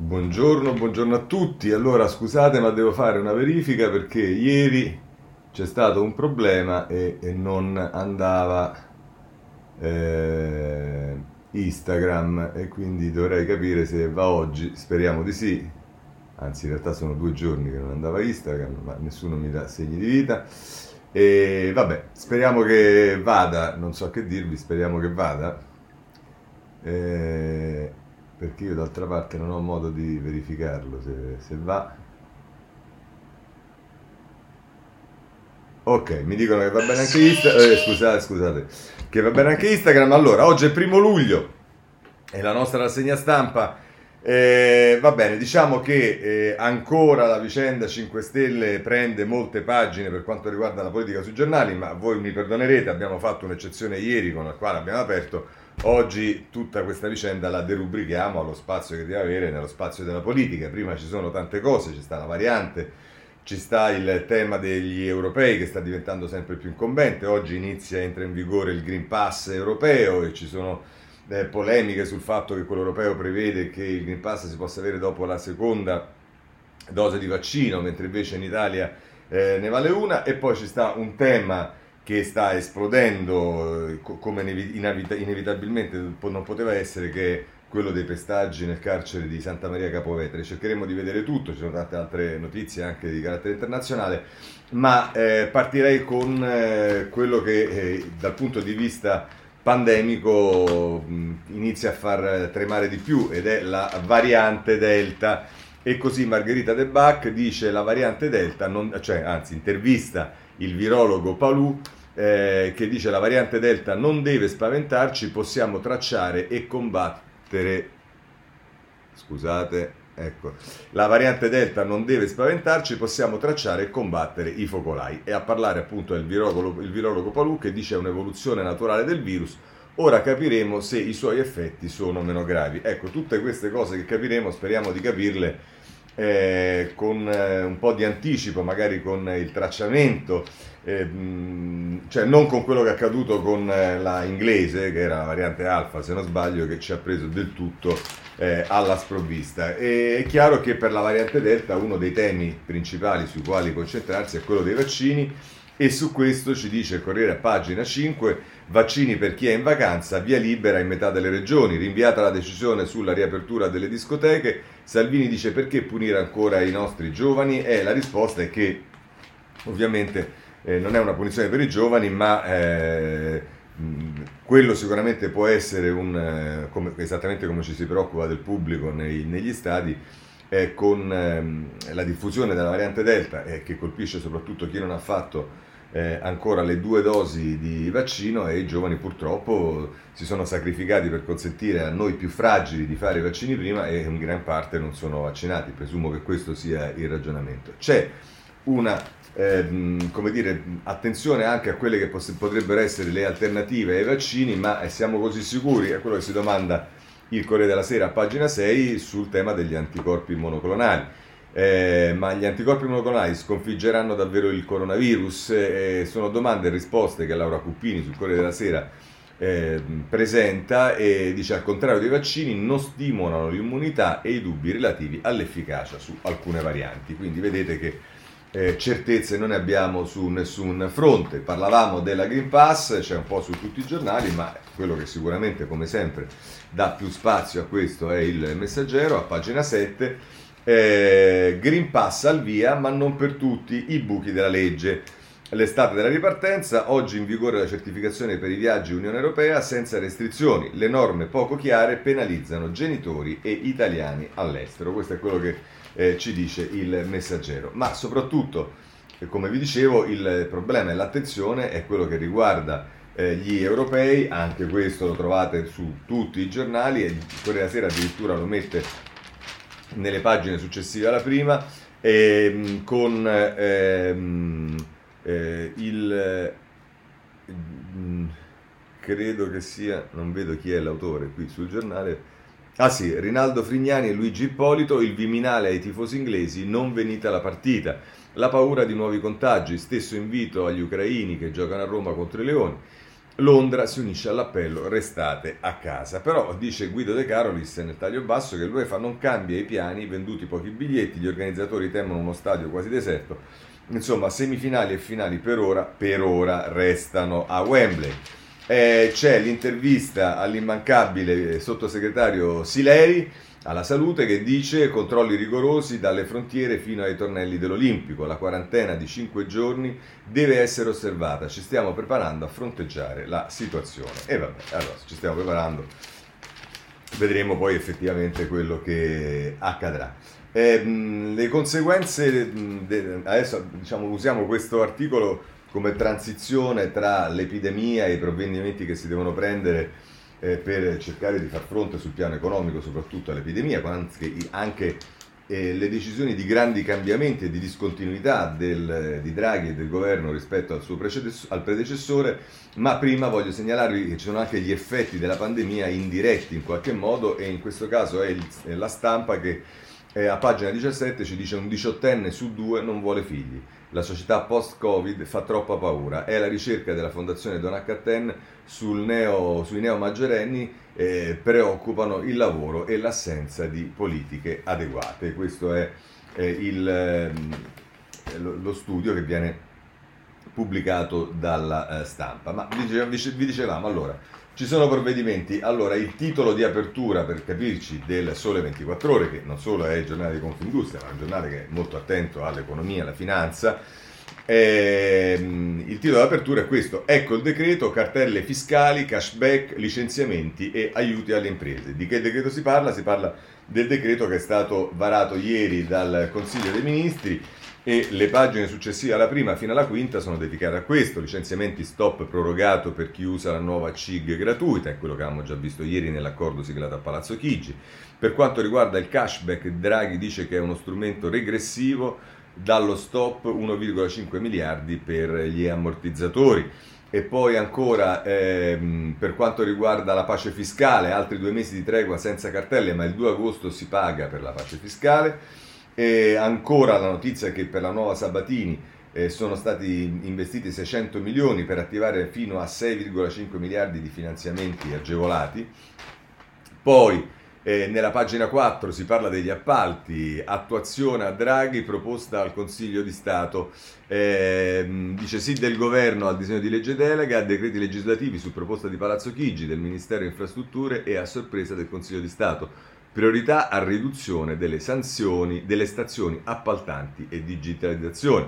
Buongiorno a tutti. Allora, scusate, ma devo fare una verifica perché ieri c'è stato un problema e non andava eh, Instagram e quindi dovrei capire se va oggi. Speriamo di sì. Anzi, in realtà sono 2 giorni che non andava Instagram, ma nessuno mi dà segni di vita. E vabbè, speriamo che vada. Non so che dirvi, speriamo che vada. Eh, perché io d'altra parte non ho modo di verificarlo se va. Ok, mi dicono che va bene anche Instagram. Scusate, che va bene anche Instagram. Allora, oggi è 1° luglio e la nostra rassegna stampa. Va bene, diciamo che ancora la vicenda 5 Stelle prende molte pagine per quanto riguarda la politica sui giornali, ma voi mi perdonerete, abbiamo fatto un'eccezione ieri con la quale abbiamo aperto. Oggi tutta questa vicenda la derubrichiamo allo spazio che deve avere nello spazio della politica. Prima ci sono tante cose, ci sta la variante, ci sta il tema degli europei che sta diventando sempre più incombente. Oggi entra in vigore il Green Pass europeo e ci sono polemiche sul fatto che quello europeo prevede che il Green Pass si possa avere dopo la seconda dose di vaccino, mentre invece in Italia ne vale una. E poi ci sta un tema che sta esplodendo come inevitabilmente non poteva essere, che è quello dei pestaggi nel carcere di Santa Maria Capovetere. Cercheremo di vedere tutto, ci sono tante altre notizie anche di carattere internazionale, ma partirei con quello che dal punto di vista pandemico inizia a far tremare di più, ed è la variante Delta. E così Margherita De Bach dice la variante Delta, intervista il virologo Palù, che dice la variante Delta non deve spaventarci, possiamo tracciare e combattere. Scusate, ecco. La variante Delta non deve spaventarci, possiamo tracciare e combattere i focolai. E a parlare appunto è il virologo Palù, che dice è un'evoluzione naturale del virus. Ora capiremo se i suoi effetti sono meno gravi. Ecco, tutte queste cose che capiremo, speriamo di capirle con un po' di anticipo, magari con il tracciamento, cioè non con quello che è accaduto con la inglese, che era la variante alfa, se non sbaglio, che ci ha preso del tutto alla sprovvista. E è chiaro che per la variante delta uno dei temi principali sui quali concentrarsi è quello dei vaccini, e su questo ci dice il Corriere a pagina 5: vaccini per chi è in vacanza, via libera in metà delle regioni, rinviata la decisione sulla riapertura delle discoteche. Salvini dice perché punire ancora i nostri giovani, e la risposta è che ovviamente non è una punizione per i giovani, ma quello sicuramente può essere esattamente come ci si preoccupa del pubblico negli stadi, con la diffusione della variante Delta, che colpisce soprattutto chi non ha fatto ancora le 2 dosi di vaccino, e i giovani purtroppo si sono sacrificati per consentire a noi più fragili di fare i vaccini prima, e in gran parte non sono vaccinati. Presumo che questo sia il ragionamento. C'è una come dire, attenzione anche a quelle che potrebbero essere le alternative ai vaccini, ma siamo così sicuri? È quello che si domanda il Corriere della Sera a pagina 6 sul tema degli anticorpi monoclonali. Ma gli anticorpi monoclonali sconfiggeranno davvero il coronavirus? Sono domande e risposte che Laura Puppini sul Corriere della Sera presenta, e dice: al contrario dei vaccini non stimolano l'immunità e i dubbi relativi all'efficacia su alcune varianti. Quindi vedete che certezze non ne abbiamo su nessun fronte. Parlavamo della Green Pass, c'è un po' su tutti i giornali, ma quello che sicuramente, come sempre, dà più spazio a questo è il Messaggero a pagina 7. Green Pass al via, ma non per tutti i buchi della legge. L'estate della ripartenza, oggi in vigore la certificazione per i viaggi Unione Europea senza restrizioni. Le norme poco chiare penalizzano genitori e italiani all'estero. Questo è quello che ci dice il Messaggero. Ma soprattutto, come vi dicevo, il problema e l'attenzione è quello che riguarda gli europei. Anche questo lo trovate su tutti i giornali, e il Corriere della Sera addirittura lo mette nelle pagine successive alla prima, con credo che sia, non vedo chi è l'autore qui sul giornale. Ah sì, Rinaldo Frignani e Luigi Ippolito, il Viminale ai tifosi inglesi: non venite alla partita. La paura di nuovi contagi, stesso invito agli ucraini che giocano a Roma contro i Leoni. Londra si unisce all'appello restate a casa. Però dice Guido De Carolis nel taglio basso che l'UEFA non cambia i piani, venduti pochi biglietti, gli organizzatori temono uno stadio quasi deserto. Insomma, semifinali e finali per ora restano a Wembley. C'è l'intervista all'immancabile sottosegretario Sileri alla salute che dice controlli rigorosi dalle frontiere fino ai tornelli dell'Olimpico, la quarantena di 5 giorni deve essere osservata, ci stiamo preparando a fronteggiare la situazione. E vabbè, allora ci stiamo preparando, vedremo poi effettivamente quello che accadrà. Le conseguenze, adesso diciamo usiamo questo articolo come transizione tra l'epidemia e i provvedimenti che si devono prendere per cercare di far fronte sul piano economico soprattutto all'epidemia, anche le decisioni di grandi cambiamenti e di discontinuità di Draghi e del governo rispetto al predecessore, ma prima voglio segnalarvi che ci sono anche gli effetti della pandemia indiretti in qualche modo, e in questo caso è la Stampa che a pagina 17 ci dice: un 18enne su 2 non vuole figli. La società post-Covid fa troppa paura. È la ricerca della Fondazione Don H. sui neo maggiorenni, preoccupano il lavoro e l'assenza di politiche adeguate. Questo è lo studio che viene pubblicato dalla Stampa. Ma vi dicevamo, allora, ci sono provvedimenti. Allora, il titolo di apertura, per capirci, del Sole 24 Ore, che non solo è il giornale di Confindustria, ma è un giornale che è molto attento all'economia, alla finanza. Il titolo di apertura è questo: ecco il decreto, cartelle fiscali, cashback, licenziamenti e aiuti alle imprese. Di che decreto si parla? Si parla del decreto che è stato varato ieri dal Consiglio dei Ministri, e le pagine successive alla prima fino alla quinta sono dedicate a questo: licenziamenti stop prorogato per chi usa la nuova CIG gratuita, è quello che avevamo già visto ieri nell'accordo siglato a Palazzo Chigi. Per quanto riguarda il cashback, Draghi dice che è uno strumento regressivo, dallo stop 1,5 miliardi per gli ammortizzatori. E poi ancora per quanto riguarda la pace fiscale, altri 2 mesi di tregua senza cartelle, ma il 2 agosto si paga per la pace fiscale. E ancora la notizia è che per la nuova Sabatini sono stati investiti 600 milioni per attivare fino a 6,5 miliardi di finanziamenti agevolati. Poi nella pagina 4 si parla degli appalti, attuazione a Draghi, proposta al Consiglio di Stato. Dice sì del governo al disegno di legge delega, a decreti legislativi su proposta di Palazzo Chigi, del Ministero Infrastrutture e a sorpresa del Consiglio di Stato. Priorità a riduzione delle sanzioni delle stazioni appaltanti e digitalizzazione.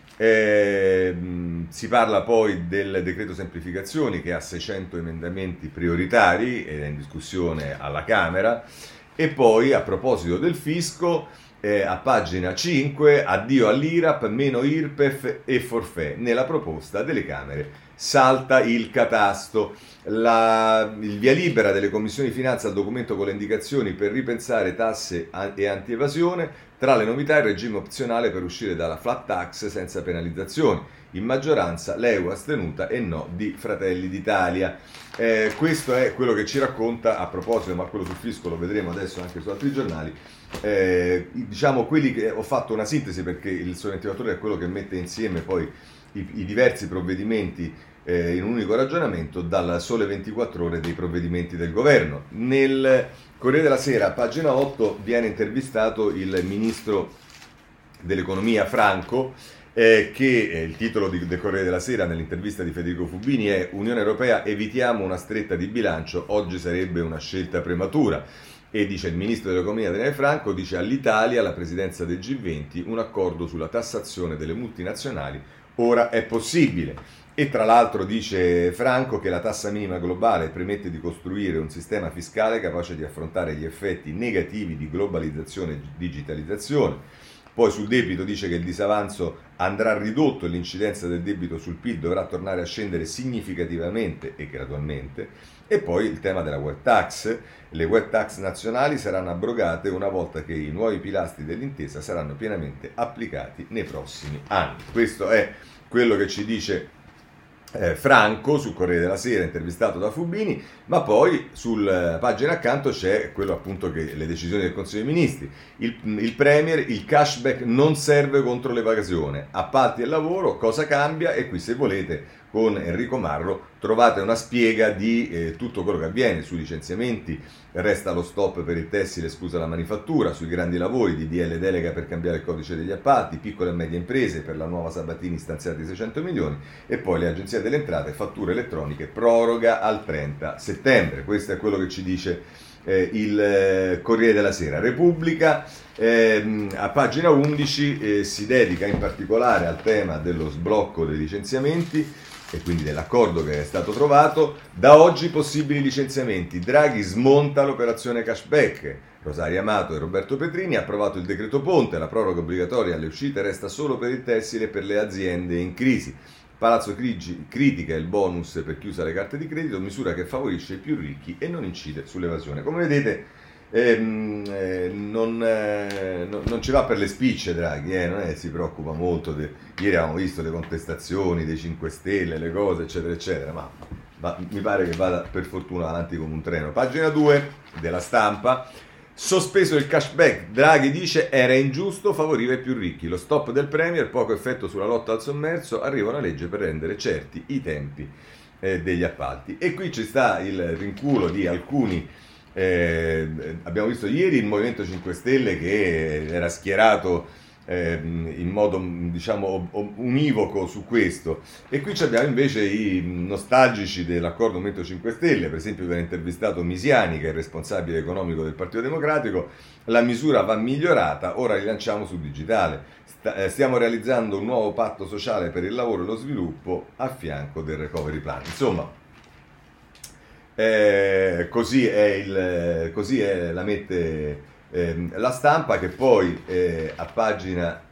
Si parla poi del decreto semplificazioni che ha 600 emendamenti prioritari ed è in discussione alla Camera. E poi, a proposito del fisco, a pagina 5, addio all'IRAP, meno IRPEF e forfait. Nella proposta delle Camere salta il catasto. Il via libera delle commissioni finanza al documento con le indicazioni per ripensare tasse e antievasione. Tra le novità il regime opzionale per uscire dalla flat tax senza penalizzazioni. In maggioranza l'EU astenuta e no di Fratelli d'Italia. Questo è quello che ci racconta, a proposito, ma quello sul fisco lo vedremo adesso anche su altri giornali. Diciamo quelli che ho fatto una sintesi, perché il Sole 24 Ore è quello che mette insieme poi i diversi provvedimenti in un unico ragionamento, dal Sole 24 Ore dei provvedimenti del governo. Nel Corriere della Sera, a pagina 8, viene intervistato il ministro dell'economia Franco, che il titolo del Corriere della Sera nell'intervista di Federico Fubini è: Unione Europea, evitiamo una stretta di bilancio, oggi sarebbe una scelta prematura. E dice il ministro dell'economia Daniele Franco, dice all'Italia, la presidenza del G20, un accordo sulla tassazione delle multinazionali ora è possibile. E tra l'altro dice Franco che la tassa minima globale permette di costruire un sistema fiscale capace di affrontare gli effetti negativi di globalizzazione e digitalizzazione. Poi sul debito dice che il disavanzo andrà ridotto e l'incidenza del debito sul PIL dovrà tornare a scendere significativamente e gradualmente. E poi il tema della web tax. Le web tax nazionali saranno abrogate una volta che i nuovi pilastri dell'intesa saranno pienamente applicati nei prossimi anni. Questo è quello che ci dice Franco sul Corriere della Sera, intervistato da Fubini. Ma poi sulla pagina accanto c'è quello appunto che le decisioni del Consiglio dei Ministri. Il Premier, il cashback non serve contro l'evasione, appalti e lavoro, cosa cambia? E qui, se volete, con Enrico Marro, trovate una spiega di tutto quello che avviene sui licenziamenti, resta lo stop per il tessile, scusa la manifattura, sui grandi lavori, DDL delega per cambiare il codice degli appalti, piccole e medie imprese per la nuova Sabatini stanziati 600 milioni e poi le agenzie delle entrate, fatture elettroniche, proroga al 30 settembre. Questo è quello che ci dice il Corriere della Sera. Repubblica a pagina 11 si dedica in particolare al tema dello sblocco dei licenziamenti e quindi dell'accordo che è stato trovato. Da oggi possibili licenziamenti, Draghi smonta l'operazione cashback, Rosaria Amato e Roberto Petrini, ha approvato il decreto Ponte, la proroga obbligatoria alle uscite resta solo per il tessile e per le aziende in crisi. Palazzo critica il bonus per chi usa le carte di credito, misura che favorisce i più ricchi e non incide sull'evasione. Come vedete non ci va per le spicce Draghi, si preoccupa molto. Ieri avevamo visto le contestazioni dei 5 Stelle, le cose eccetera eccetera, ma mi pare che vada per fortuna avanti come un treno. Pagina 2 della Stampa. Sospeso il cashback, Draghi dice era ingiusto, favoriva i più ricchi. Lo stop del Premier, poco effetto sulla lotta al sommerso, arriva una legge per rendere certi i tempi degli appalti. E qui ci sta il rinculo di alcuni. Abbiamo visto ieri il Movimento 5 Stelle che era schierato in modo diciamo univoco su questo, e qui abbiamo invece i nostalgici dell'accordo Movimento 5 Stelle. Per esempio viene intervistato Misiani, che è il responsabile economico del Partito Democratico. La misura va migliorata, ora rilanciamo sul digitale, stiamo realizzando un nuovo patto sociale per il lavoro e lo sviluppo a fianco del recovery plan. Insomma, così la mette la Stampa, che poi a pagina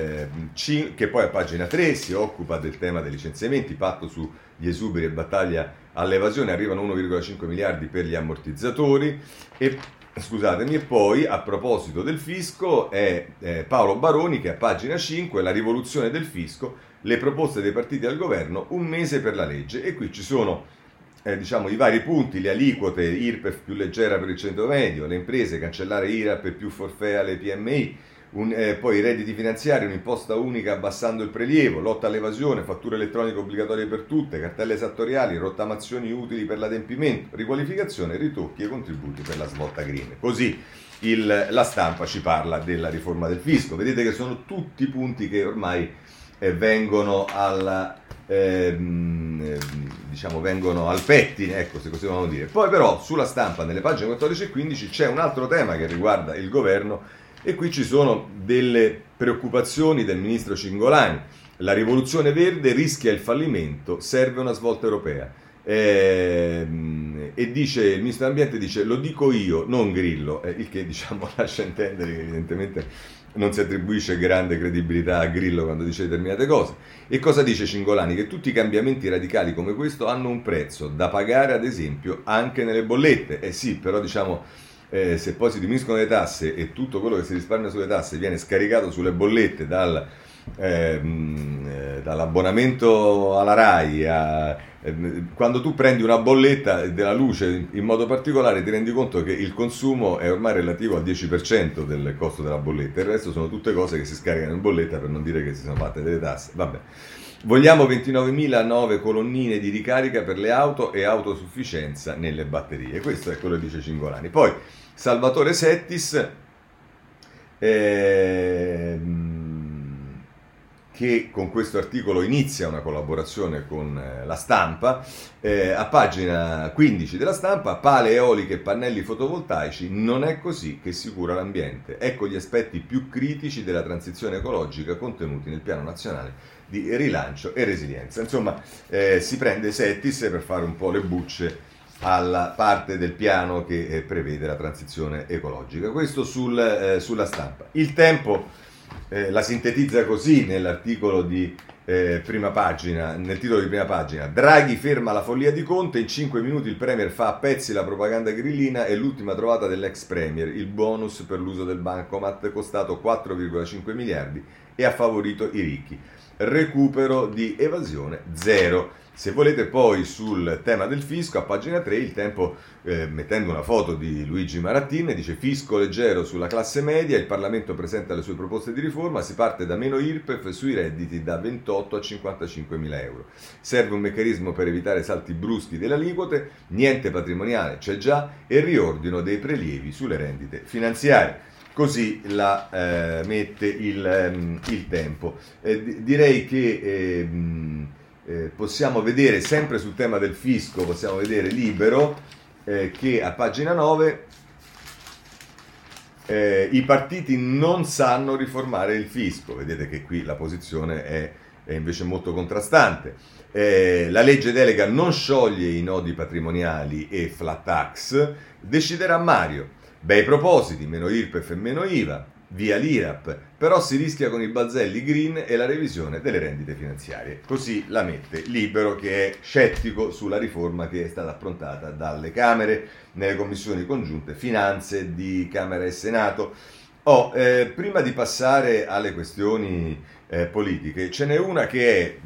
3 si occupa del tema dei licenziamenti, patto sugli esuberi e battaglia all'evasione, arrivano 1,5 miliardi per gli ammortizzatori e poi a proposito del fisco è Paolo Baroni che a pagina 5, la rivoluzione del fisco, le proposte dei partiti al governo, un mese per la legge, e qui ci sono i vari punti: le aliquote, IRPEF più leggera per il ceto medio, le imprese, cancellare IRAP e più forfè alle PMI, poi i redditi finanziari, un'imposta unica abbassando il prelievo, lotta all'evasione, fatture elettroniche obbligatorie per tutte, cartelle esattoriali, rottamazioni utili per l'adempimento, riqualificazione, ritocchi e contributi per la svolta green. Così la Stampa ci parla della riforma del fisco. Vedete che sono tutti punti che ormai vengono vengono al pettine, ecco, se così vogliamo dire. Poi però sulla Stampa, nelle pagine 14 e 15, c'è un altro tema che riguarda il governo, e qui ci sono delle preoccupazioni del ministro Cingolani. La rivoluzione verde rischia il fallimento, serve una svolta europea. E dice il ministro dell'ambiente, dice lo dico io, non Grillo, il che lascia intendere che evidentemente non si attribuisce grande credibilità a Grillo quando dice determinate cose. E cosa dice Cingolani? Che tutti i cambiamenti radicali come questo hanno un prezzo da pagare, ad esempio anche nelle bollette. Sì, però se poi si diminuiscono le tasse e tutto quello che si risparmia sulle tasse viene scaricato sulle bollette dall'abbonamento alla RAI quando tu prendi una bolletta della luce in modo particolare, ti rendi conto che il consumo è ormai relativo al 10% del costo della bolletta, il resto sono tutte cose che si scaricano in bolletta, per non dire che si sono fatte delle tasse. Vabbè. Vogliamo 29.009 colonnine di ricarica per le auto e autosufficienza nelle batterie. Questo è quello che dice Cingolani. Poi Salvatore Settis che con questo articolo inizia una collaborazione con la Stampa, a pagina 15 della Stampa: pale eoliche e pannelli fotovoltaici, non è così che si cura l'ambiente. Ecco gli aspetti più critici della transizione ecologica contenuti nel Piano Nazionale di Rilancio e Resilienza. Insomma, si prende Settis per fare un po' le bucce alla parte del piano che prevede la transizione ecologica. Questo sulla Stampa. Il Tempo la sintetizza così nell'articolo di prima pagina, nel titolo di prima pagina: Draghi ferma la follia di Conte, in 5 minuti il Premier fa a pezzi la propaganda grillina e l'ultima trovata dell'ex Premier, il bonus per l'uso del bancomat costato 4,5 miliardi e ha favorito i ricchi. Recupero di evasione zero. Se volete poi sul tema del fisco, a pagina 3 il Tempo, mettendo una foto di Luigi Marattin, dice: fisco leggero sulla classe media, il Parlamento presenta le sue proposte di riforma, si parte da meno IRPEF sui redditi da 28 a 55 mila euro. Serve un meccanismo per evitare salti bruschi delle aliquote, niente patrimoniale c'è già, e riordino dei prelievi sulle rendite finanziarie. Così la mette il Tempo. Direi che possiamo vedere, sempre sul tema del fisco, possiamo vedere Libero, che a pagina 9 i partiti non sanno riformare il fisco. Vedete che qui la posizione è invece molto contrastante. La legge delega non scioglie i nodi patrimoniali e flat tax, deciderà Mario. Bei propositi, meno IRPEF e meno IVA, via l'IRAP, però si rischia con i balzelli green e la revisione delle rendite finanziarie. Così la mette Libero, che è scettico sulla riforma che è stata approntata dalle Camere nelle commissioni congiunte finanze di Camera e Senato. Prima di passare alle questioni politiche, ce n'è una che è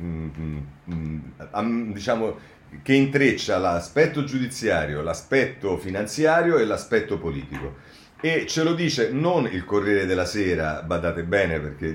diciamo che intreccia l'aspetto giudiziario, l'aspetto finanziario e l'aspetto politico. E ce lo dice non il Corriere della Sera, badate bene perché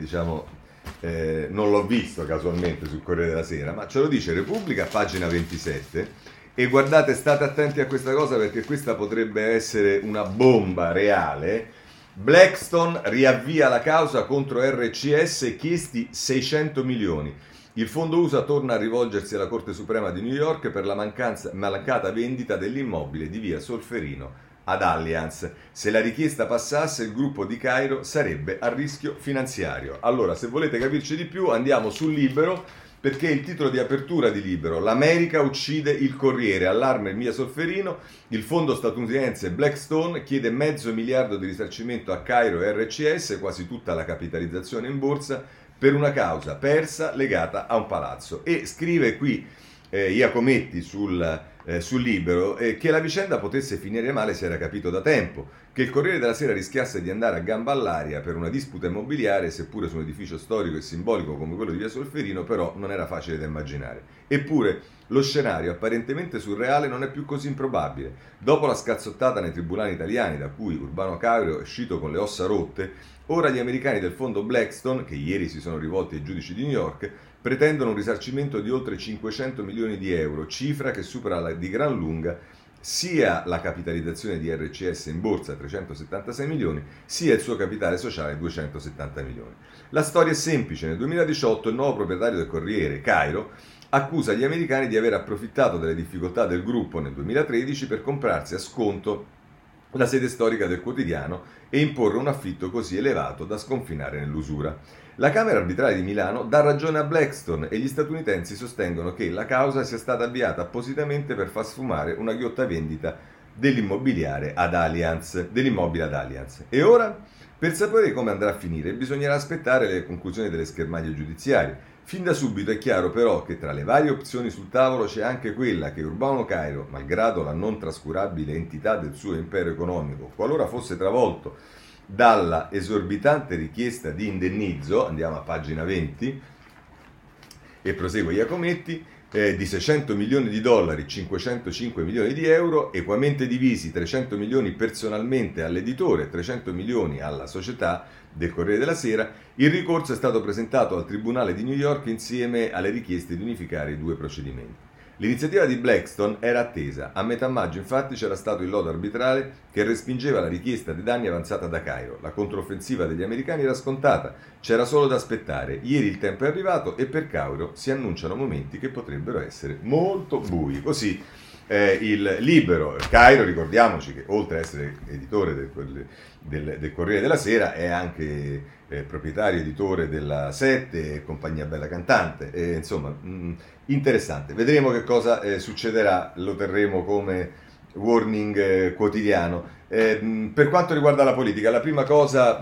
non l'ho visto casualmente sul Corriere della Sera, ma ce lo dice Repubblica, pagina 27, e guardate, state attenti a questa cosa perché questa potrebbe essere una bomba reale. Blackstone riavvia la causa contro RCS, chiesti 600 milioni. Il fondo USA torna a rivolgersi alla Corte Suprema di New York per la mancata vendita dell'immobile di via Solferino ad Allianz. Se la richiesta passasse, il gruppo di Cairo sarebbe a rischio finanziario. Allora, se volete capirci di più, andiamo sul Libero, perché il titolo di apertura di Libero: l'America uccide il Corriere, allarme in via Solferino, il fondo statunitense Blackstone chiede $500 milioni di risarcimento a Cairo e RCS, quasi tutta la capitalizzazione in borsa, per una causa persa legata a un palazzo. E scrive qui Iacometti sul Libero che la vicenda potesse finire male si era capito da tempo, che il Corriere della Sera rischiasse di andare a gamba all'aria per una disputa immobiliare, seppure su un edificio storico e simbolico come quello di via Solferino, però non era facile da immaginare. Eppure lo scenario apparentemente surreale non è più così improbabile. Dopo la scazzottata nei tribunali italiani, da cui Urbano Cairo è uscito con le ossa rotte, ora gli americani del fondo Blackstone, che ieri si sono rivolti ai giudici di New York, pretendono un risarcimento di oltre 500 milioni di euro, cifra che supera di gran lunga sia la capitalizzazione di RCS in borsa, 376 milioni, sia il suo capitale sociale, 270 milioni. La storia è semplice: nel 2018 il nuovo proprietario del Corriere, Cairo, accusa gli americani di aver approfittato delle difficoltà del gruppo nel 2013 per comprarsi a sconto la sede storica del quotidiano e imporre un affitto così elevato da sconfinare nell'usura. La Camera arbitrale di Milano dà ragione a Blackstone e gli statunitensi sostengono che la causa sia stata avviata appositamente per far sfumare una ghiotta vendita dell'immobile ad Allianz. E ora? Per sapere come andrà a finire bisognerà aspettare le conclusioni delle schermaglie giudiziarie. Fin da subito è chiaro però che tra le varie opzioni sul tavolo c'è anche quella che Urbano Cairo, malgrado la non trascurabile entità del suo impero economico, qualora fosse travolto dalla esorbitante richiesta di indennizzo, andiamo a pagina 20 e prosegue Iacometti, di 600 milioni di dollari, 505 milioni di euro, equamente divisi 300 milioni personalmente all'editore, 300 milioni alla società del Corriere della Sera. Il ricorso è stato presentato al Tribunale di New York insieme alle richieste di unificare i due procedimenti. L'iniziativa di Blackstone era attesa. A metà maggio, infatti, c'era stato il lodo arbitrale che respingeva la richiesta dei danni avanzata da Cairo. La controffensiva degli americani era scontata, c'era solo da aspettare. Ieri il tempo è arrivato e per Cairo si annunciano momenti che potrebbero essere molto bui. Così il Libero. Cairo, ricordiamoci che oltre ad essere editore del Corriere della Sera è anche proprietario editore della Sette, compagnia bella cantante, insomma interessante. Vedremo che cosa succederà, lo terremo come warning quotidiano. Per quanto riguarda la politica, la prima cosa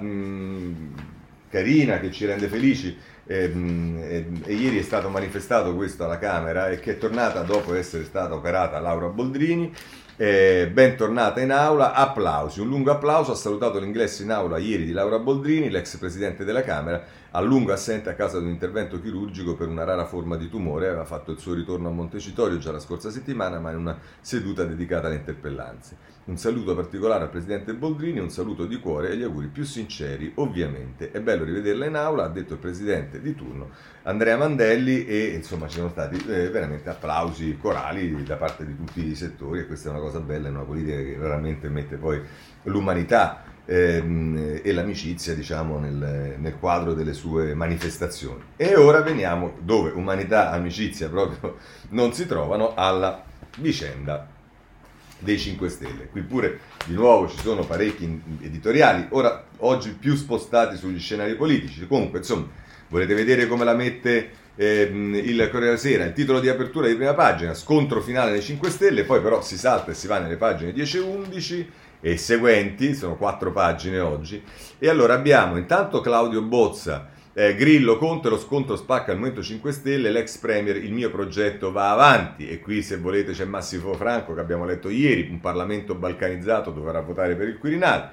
carina che ci rende felici, e ieri è stato manifestato questo alla Camera, e che è tornata dopo essere stata operata Laura Boldrini. Bentornata in aula, applausi, un lungo applauso. Ha salutato l'ingresso in aula ieri di Laura Boldrini, l'ex presidente della Camera, a lungo assente a causa di un intervento chirurgico per una rara forma di tumore. Aveva fatto il suo ritorno a Montecitorio già la scorsa settimana, ma in una seduta dedicata alle interpellanze. Un saluto particolare al presidente Boldrini, un saluto di cuore e gli auguri più sinceri, ovviamente. È bello rivederla in aula, ha detto il presidente di turno Andrea Mandelli, e insomma ci sono stati veramente applausi corali da parte di tutti i settori, e questa è una cosa bella in una politica che raramente mette poi l'umanità e l'amicizia, diciamo, nel quadro delle sue manifestazioni. E ora veniamo dove umanità e amicizia proprio non si trovano, alla vicenda dei 5 Stelle. Qui pure di nuovo ci sono parecchi editoriali, ora oggi più spostati sugli scenari politici. Comunque, insomma, volete vedere come la mette il Corriere della Sera? Il titolo di apertura di prima pagina: scontro finale dei 5 Stelle, poi però si salta e si va nelle pagine 10 e 11 e seguenti, sono 4 pagine oggi. E allora abbiamo intanto Claudio Bozza, Grillo, Conte, lo scontro spacca il Movimento 5 Stelle, l'ex premier, il mio progetto va avanti. E qui, se volete, c'è Massimo Franco che abbiamo letto ieri, un Parlamento balcanizzato dovrà votare per il Quirinale.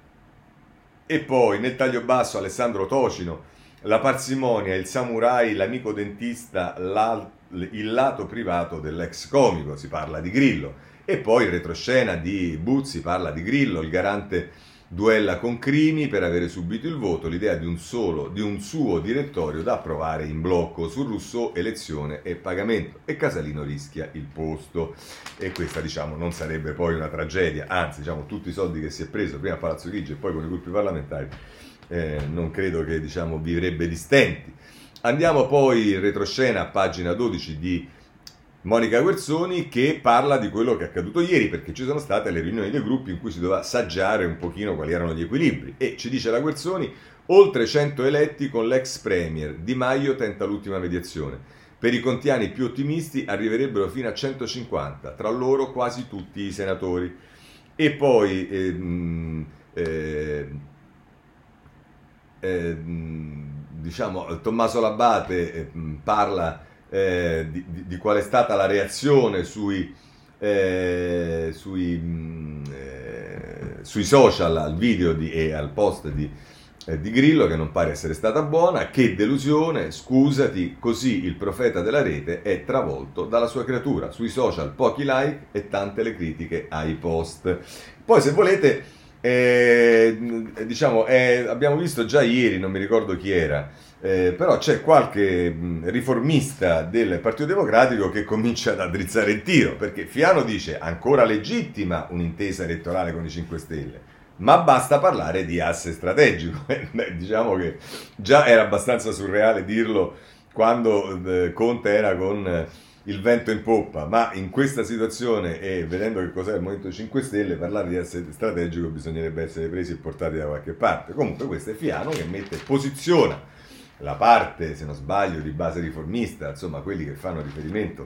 E poi nel taglio basso Alessandro Tocino, la parsimonia, il samurai, l'amico dentista, il lato privato dell'ex comico, si parla di Grillo. E poi il retroscena di Buzzi parla di Grillo, il garante duella con Crimi per avere subito il voto, l'idea di un suo direttorio da approvare in blocco. Su Rousseau elezione e pagamento, e Casalino rischia il posto. E questa, diciamo, non sarebbe poi una tragedia, anzi, diciamo, tutti i soldi che si è preso prima a Palazzo Chigi e poi con i gruppi parlamentari non credo che, diciamo, vivrebbe di stenti. Andiamo poi in retroscena a pagina 12 di Monica Guerzoni, che parla di quello che è accaduto ieri, perché ci sono state le riunioni dei gruppi in cui si doveva saggiare un pochino quali erano gli equilibri. E ci dice la Guerzoni: oltre 100 eletti con l'ex premier, Di Maio tenta l'ultima mediazione. Per i contiani più ottimisti arriverebbero fino a 150, tra loro quasi tutti i senatori. E poi diciamo, Tommaso Labate parla di qual è stata la reazione sui social al video e al post di Grillo, che non pare essere stata buona. Che delusione, scusati, così il profeta della rete è travolto dalla sua creatura. Sui social pochi like e tante le critiche ai post. Poi, se volete, diciamo, abbiamo visto già ieri, non mi ricordo chi era, però c'è qualche riformista del Partito Democratico che comincia ad addrizzare il tiro, perché Fiano dice ancora legittima un'intesa elettorale con i 5 Stelle, ma basta parlare di asse strategico. Diciamo che già era abbastanza surreale dirlo quando Conte era con il vento in poppa, ma in questa situazione, e vedendo che cos'è il Movimento 5 Stelle, parlare di asse strategico bisognerebbe essere presi e portati da qualche parte. Comunque questo è Fiano che posiziona la parte, se non sbaglio, di base riformista, insomma quelli che fanno riferimento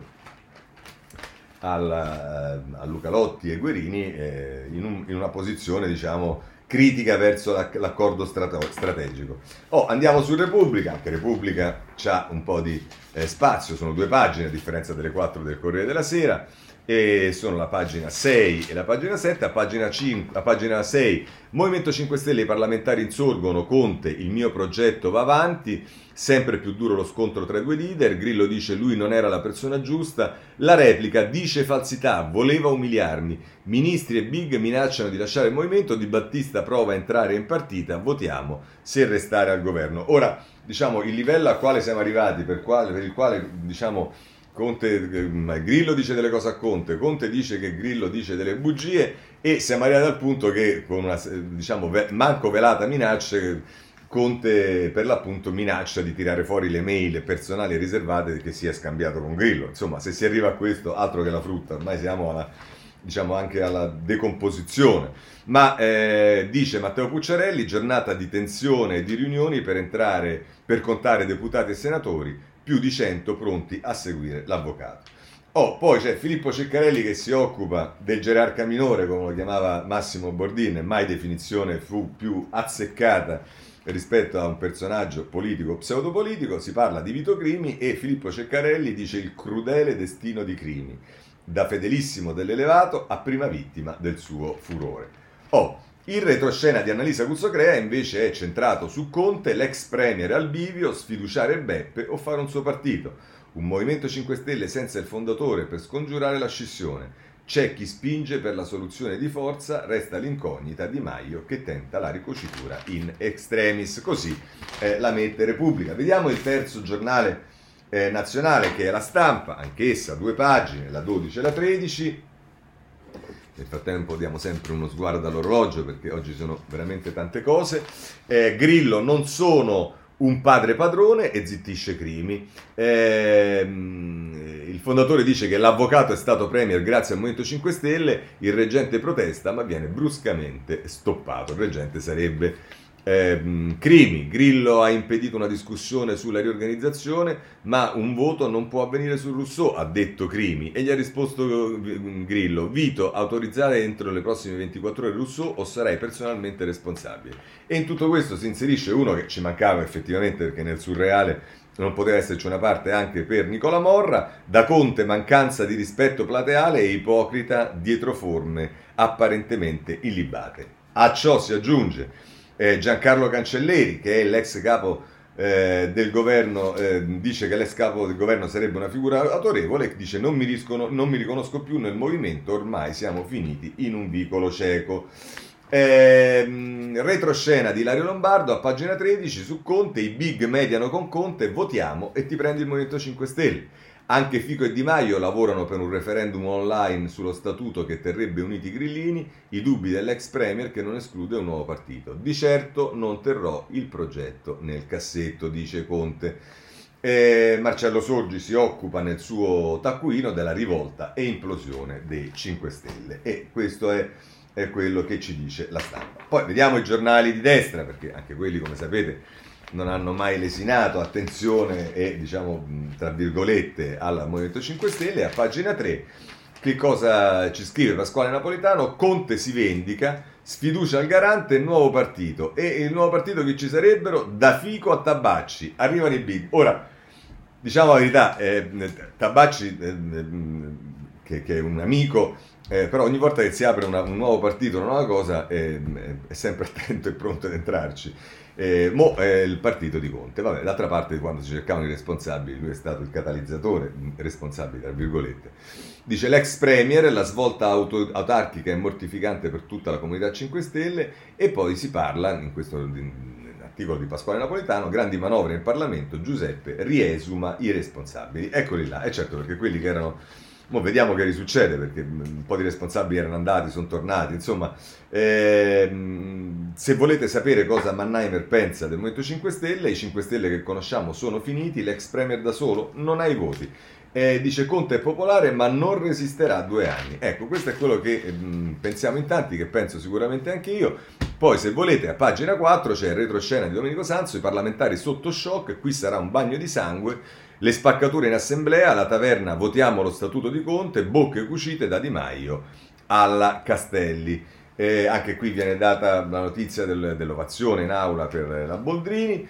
a Luca Lotti e Guerini, in una posizione, diciamo, critica verso l'accordo strategico. Andiamo su Repubblica. Anche Repubblica c'ha un po' di spazio, sono 2 pagine a differenza delle 4 del Corriere della Sera, e sono la pagina 6 e la pagina 7. A pagina 6, Movimento 5 Stelle, i parlamentari insorgono, Conte, il mio progetto va avanti, sempre più duro lo scontro tra i 2 leader. Grillo dice lui non era la persona giusta, la replica dice falsità, voleva umiliarmi, ministri e big minacciano di lasciare il movimento, Di Battista prova a entrare in partita, votiamo se restare al governo. Ora, diciamo, il livello al quale siamo arrivati, per il quale, diciamo, Grillo dice delle cose a Conte, Conte dice che Grillo dice delle bugie, e siamo arrivati al punto che con una, diciamo, manco velata minaccia, Conte per l'appunto minaccia di tirare fuori le mail personali e riservate che si è scambiato con Grillo. Insomma, se si arriva a questo, altro che la frutta, ormai siamo alla, diciamo, anche alla decomposizione. Ma dice Matteo Pucciarelli, giornata di tensione e di riunioni per contare deputati e senatori, più di 100 pronti a seguire l'avvocato. Poi c'è Filippo Ceccarelli che si occupa del gerarca minore, come lo chiamava Massimo Bordin, mai definizione fu più azzeccata rispetto a un personaggio politico o pseudopolitico. Si parla di Vito Crimi e Filippo Ceccarelli dice il crudele destino di Crimi, da fedelissimo dell'elevato a prima vittima del suo furore. Il retroscena di Annalisa Cuzzocrea invece è centrato su Conte, l'ex premier al bivio, sfiduciare Beppe o fare un suo partito. Un Movimento 5 Stelle senza il fondatore per scongiurare la scissione. C'è chi spinge per la soluzione di forza, resta l'incognita Di Maio che tenta la ricocitura in extremis. Così la mette Repubblica. Vediamo il terzo giornale nazionale, che è La Stampa, anch'essa 2 pagine, la 12 e la 13. Nel frattempo diamo sempre uno sguardo all'orologio perché oggi sono veramente tante cose. Grillo: non sono un padre padrone, e zittisce Crimi. Il fondatore dice che l'avvocato è stato premier grazie al Movimento 5 Stelle, il reggente protesta ma viene bruscamente stoppato. Il reggente sarebbe Crimi. Grillo ha impedito una discussione sulla riorganizzazione, ma un voto non può avvenire su Rousseau, ha detto Crimi, e gli ha risposto Grillo: Vito, autorizzare entro le prossime 24 ore Rousseau o sarai personalmente responsabile. E in tutto questo si inserisce uno che ci mancava effettivamente, perché nel surreale non poteva esserci una parte anche per Nicola Morra. Da Conte mancanza di rispetto plateale e ipocrita dietro forme apparentemente illibate. A ciò si aggiunge Giancarlo Cancelleri, che è l'ex capo del governo, dice che l'ex capo del governo sarebbe una figura autorevole, dice non mi riconosco più nel movimento, ormai siamo finiti in un vicolo cieco. Retroscena di Ilario Lombardo a pagina 13 su Conte: i big mediano con Conte, votiamo e ti prendi il Movimento 5 Stelle. Anche Fico e Di Maio lavorano per un referendum online sullo statuto che terrebbe uniti i grillini, i dubbi dell'ex premier che non esclude un nuovo partito. Di certo non terrò il progetto nel cassetto, dice Conte. Marcello Sorgi si occupa nel suo taccuino della rivolta e implosione dei 5 Stelle, e questo è quello che ci dice La Stampa. Poi vediamo i giornali di destra, perché anche quelli, come sapete, non hanno mai lesinato attenzione e, diciamo, tra virgolette, al Movimento 5 Stelle. A pagina 3 che cosa ci scrive Pasquale Napolitano? Conte si vendica, sfiducia al garante, nuovo partito. E il nuovo partito che ci sarebbero? Da Fico a Tabacci, arrivano i big. Ora, diciamo la verità, Tabacci, che è un amico, però ogni volta che si apre un nuovo partito, una nuova cosa, è sempre attento e pronto ad entrarci. Il partito di Conte, vabbè, d'altra parte, quando si cercavano i responsabili, lui è stato il catalizzatore, responsabile tra virgolette. Dice l'ex premier: la svolta autarchica è mortificante per tutta la comunità 5 Stelle. E poi si parla in questo articolo di Pasquale Napolitano: grandi manovre in Parlamento, Giuseppe riesuma i responsabili. Eccoli là, e certo, perché quelli che erano... Vediamo che risuccede, perché un po' di responsabili erano andati, sono tornati, insomma. Se volete sapere cosa Mannheimer pensa del Movimento 5 Stelle, i 5 Stelle che conosciamo sono finiti, l'ex premier da solo non ha i voti. Dice Conte è popolare ma non resisterà 2 anni. Ecco, questo è quello che pensiamo in tanti, che penso sicuramente anche io. Poi, se volete, a pagina 4 c'è il retroscena di Domenico Sanzo, i parlamentari sotto shock, qui sarà un bagno di sangue. Le spaccature in assemblea, la taverna, votiamo lo statuto di Conte, bocche cucite da Di Maio alla Castelli. Anche qui viene data la notizia dell'ovazione in aula per la Boldrini.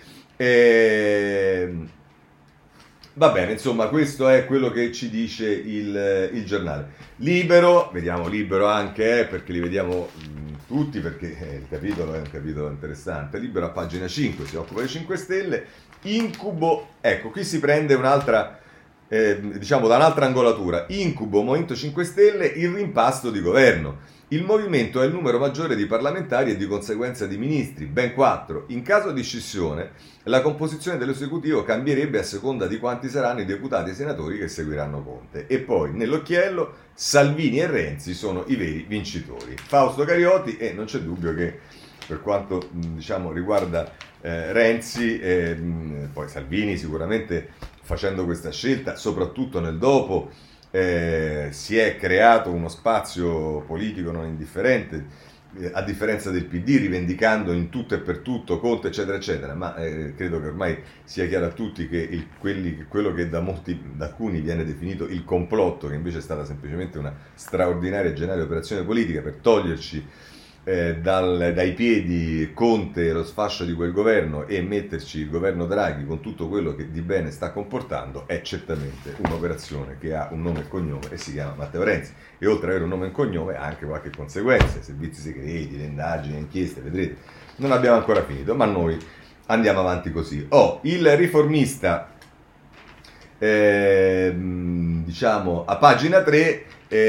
Va bene, insomma, questo è quello che ci dice il giornale. Libero, vediamo Libero anche, perché li vediamo tutti, perché il capitolo è un capitolo interessante. Libero a pagina 5, si occupa dei 5 Stelle. Incubo, ecco, qui si prende un'altra, diciamo, da un'altra angolatura. Incubo, Movimento 5 Stelle, il rimpasto di governo. Il movimento è il numero maggiore di parlamentari e di conseguenza di ministri, ben 4. In caso di scissione, la composizione dell'esecutivo cambierebbe a seconda di quanti saranno i deputati e i senatori che seguiranno Conte. E poi, nell'occhiello, Salvini e Renzi sono i veri vincitori. Fausto Carioti, e non c'è dubbio che, per quanto diciamo riguarda Renzi, poi Salvini sicuramente, facendo questa scelta, soprattutto nel dopo, si è creato uno spazio politico non indifferente, a differenza del PD, rivendicando in tutto e per tutto Conte eccetera eccetera, ma credo che ormai sia chiaro a tutti che quello che da alcuni viene definito il complotto, che invece è stata semplicemente una straordinaria e geniale operazione politica per toglierci dai piedi Conte e lo sfascio di quel governo e metterci il governo Draghi con tutto quello che di bene sta comportando è certamente un'operazione che ha un nome e cognome e si chiama Matteo Renzi, e oltre ad avere un nome e cognome ha anche qualche conseguenza, servizi segreti, le indagini, le inchieste, vedrete. Non abbiamo ancora finito, ma noi andiamo avanti così. Il riformista, diciamo a pagina 3,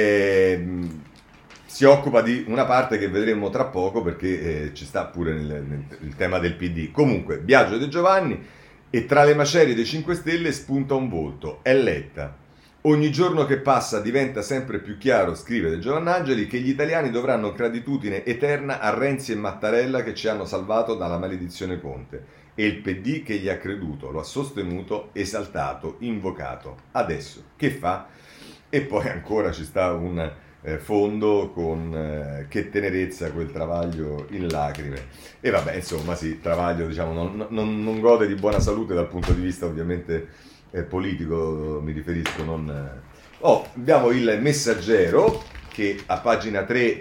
si occupa di una parte che vedremo tra poco, perché ci sta pure il tema del PD. Comunque, Biagio De Giovanni, e tra le macerie dei 5 Stelle spunta un volto, è Letta. Ogni giorno che passa diventa sempre più chiaro, scrive De Giovannangeli, che gli italiani dovranno gratitudine eterna a Renzi e Mattarella che ci hanno salvato dalla maledizione Conte, e il PD che gli ha creduto, lo ha sostenuto, esaltato, invocato. Adesso che fa? E poi ancora ci sta un fondo con che tenerezza quel Travaglio in lacrime. E vabbè, insomma, sì, Travaglio, diciamo, non gode di buona salute dal punto di vista ovviamente politico, mi riferisco. Abbiamo il Messaggero che a pagina 3,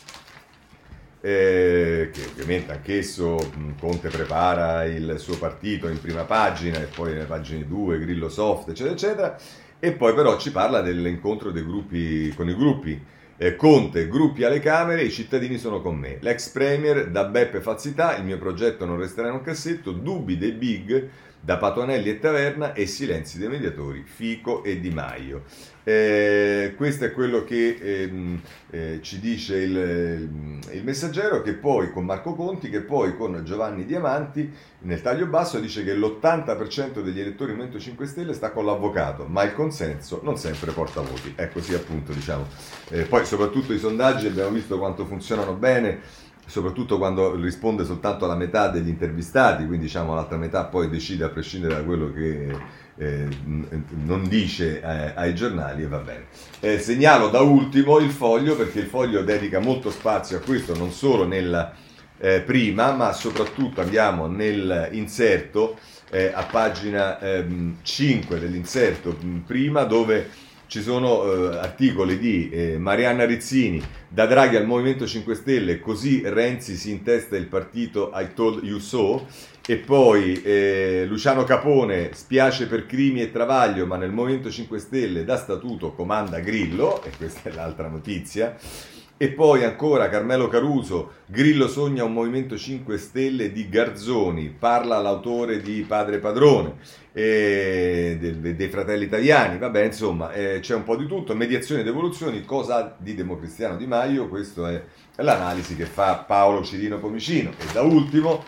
che ovviamente anch'esso Conte prepara il suo partito in prima pagina, e poi nelle pagine 2 Grillo soft, eccetera eccetera, e poi però ci parla dell'incontro dei gruppi con i gruppi. Conte, gruppi alle Camere, i cittadini sono con me. L'ex premier da beppe falsità, il mio progetto non resterà in un cassetto, dubbi dei big da Patuanelli e Taverna e silenzi dei mediatori Fico e Di Maio. Questo è quello che ci dice il Messaggero, che poi con Marco Conti, che poi con Giovanni Diamanti nel taglio basso dice che l'80% degli elettori del Movimento 5 Stelle sta con l'avvocato, ma il consenso non sempre porta voti. È così appunto, diciamo. Poi soprattutto i sondaggi abbiamo visto quanto funzionano bene, soprattutto quando risponde soltanto la metà degli intervistati, quindi diciamo l'altra metà poi decide a prescindere da quello che non dice ai giornali, e va bene. Segnalo da ultimo il Foglio, perché il Foglio dedica molto spazio a questo, non solo nella prima, ma soprattutto andiamo nell'inserto, a pagina 5 dell'inserto prima, dove ci sono articoli di Marianna Rizzini, da Draghi al Movimento 5 Stelle, così Renzi si intesta il partito I told you so, e poi Luciano Capone, spiace per Crimi e Travaglio, ma nel Movimento 5 Stelle da statuto comanda Grillo, e questa è l'altra notizia. E poi ancora Carmelo Caruso, Grillo sogna un Movimento 5 Stelle di Garzoni, parla l'autore di Padre Padrone, dei Fratelli Italiani, vabbè, insomma, c'è un po' di tutto. Mediazioni ed evoluzioni, cosa ha di democristiano Di Maio? Questa è l'analisi che fa Paolo Cirino Pomicino. E da ultimo,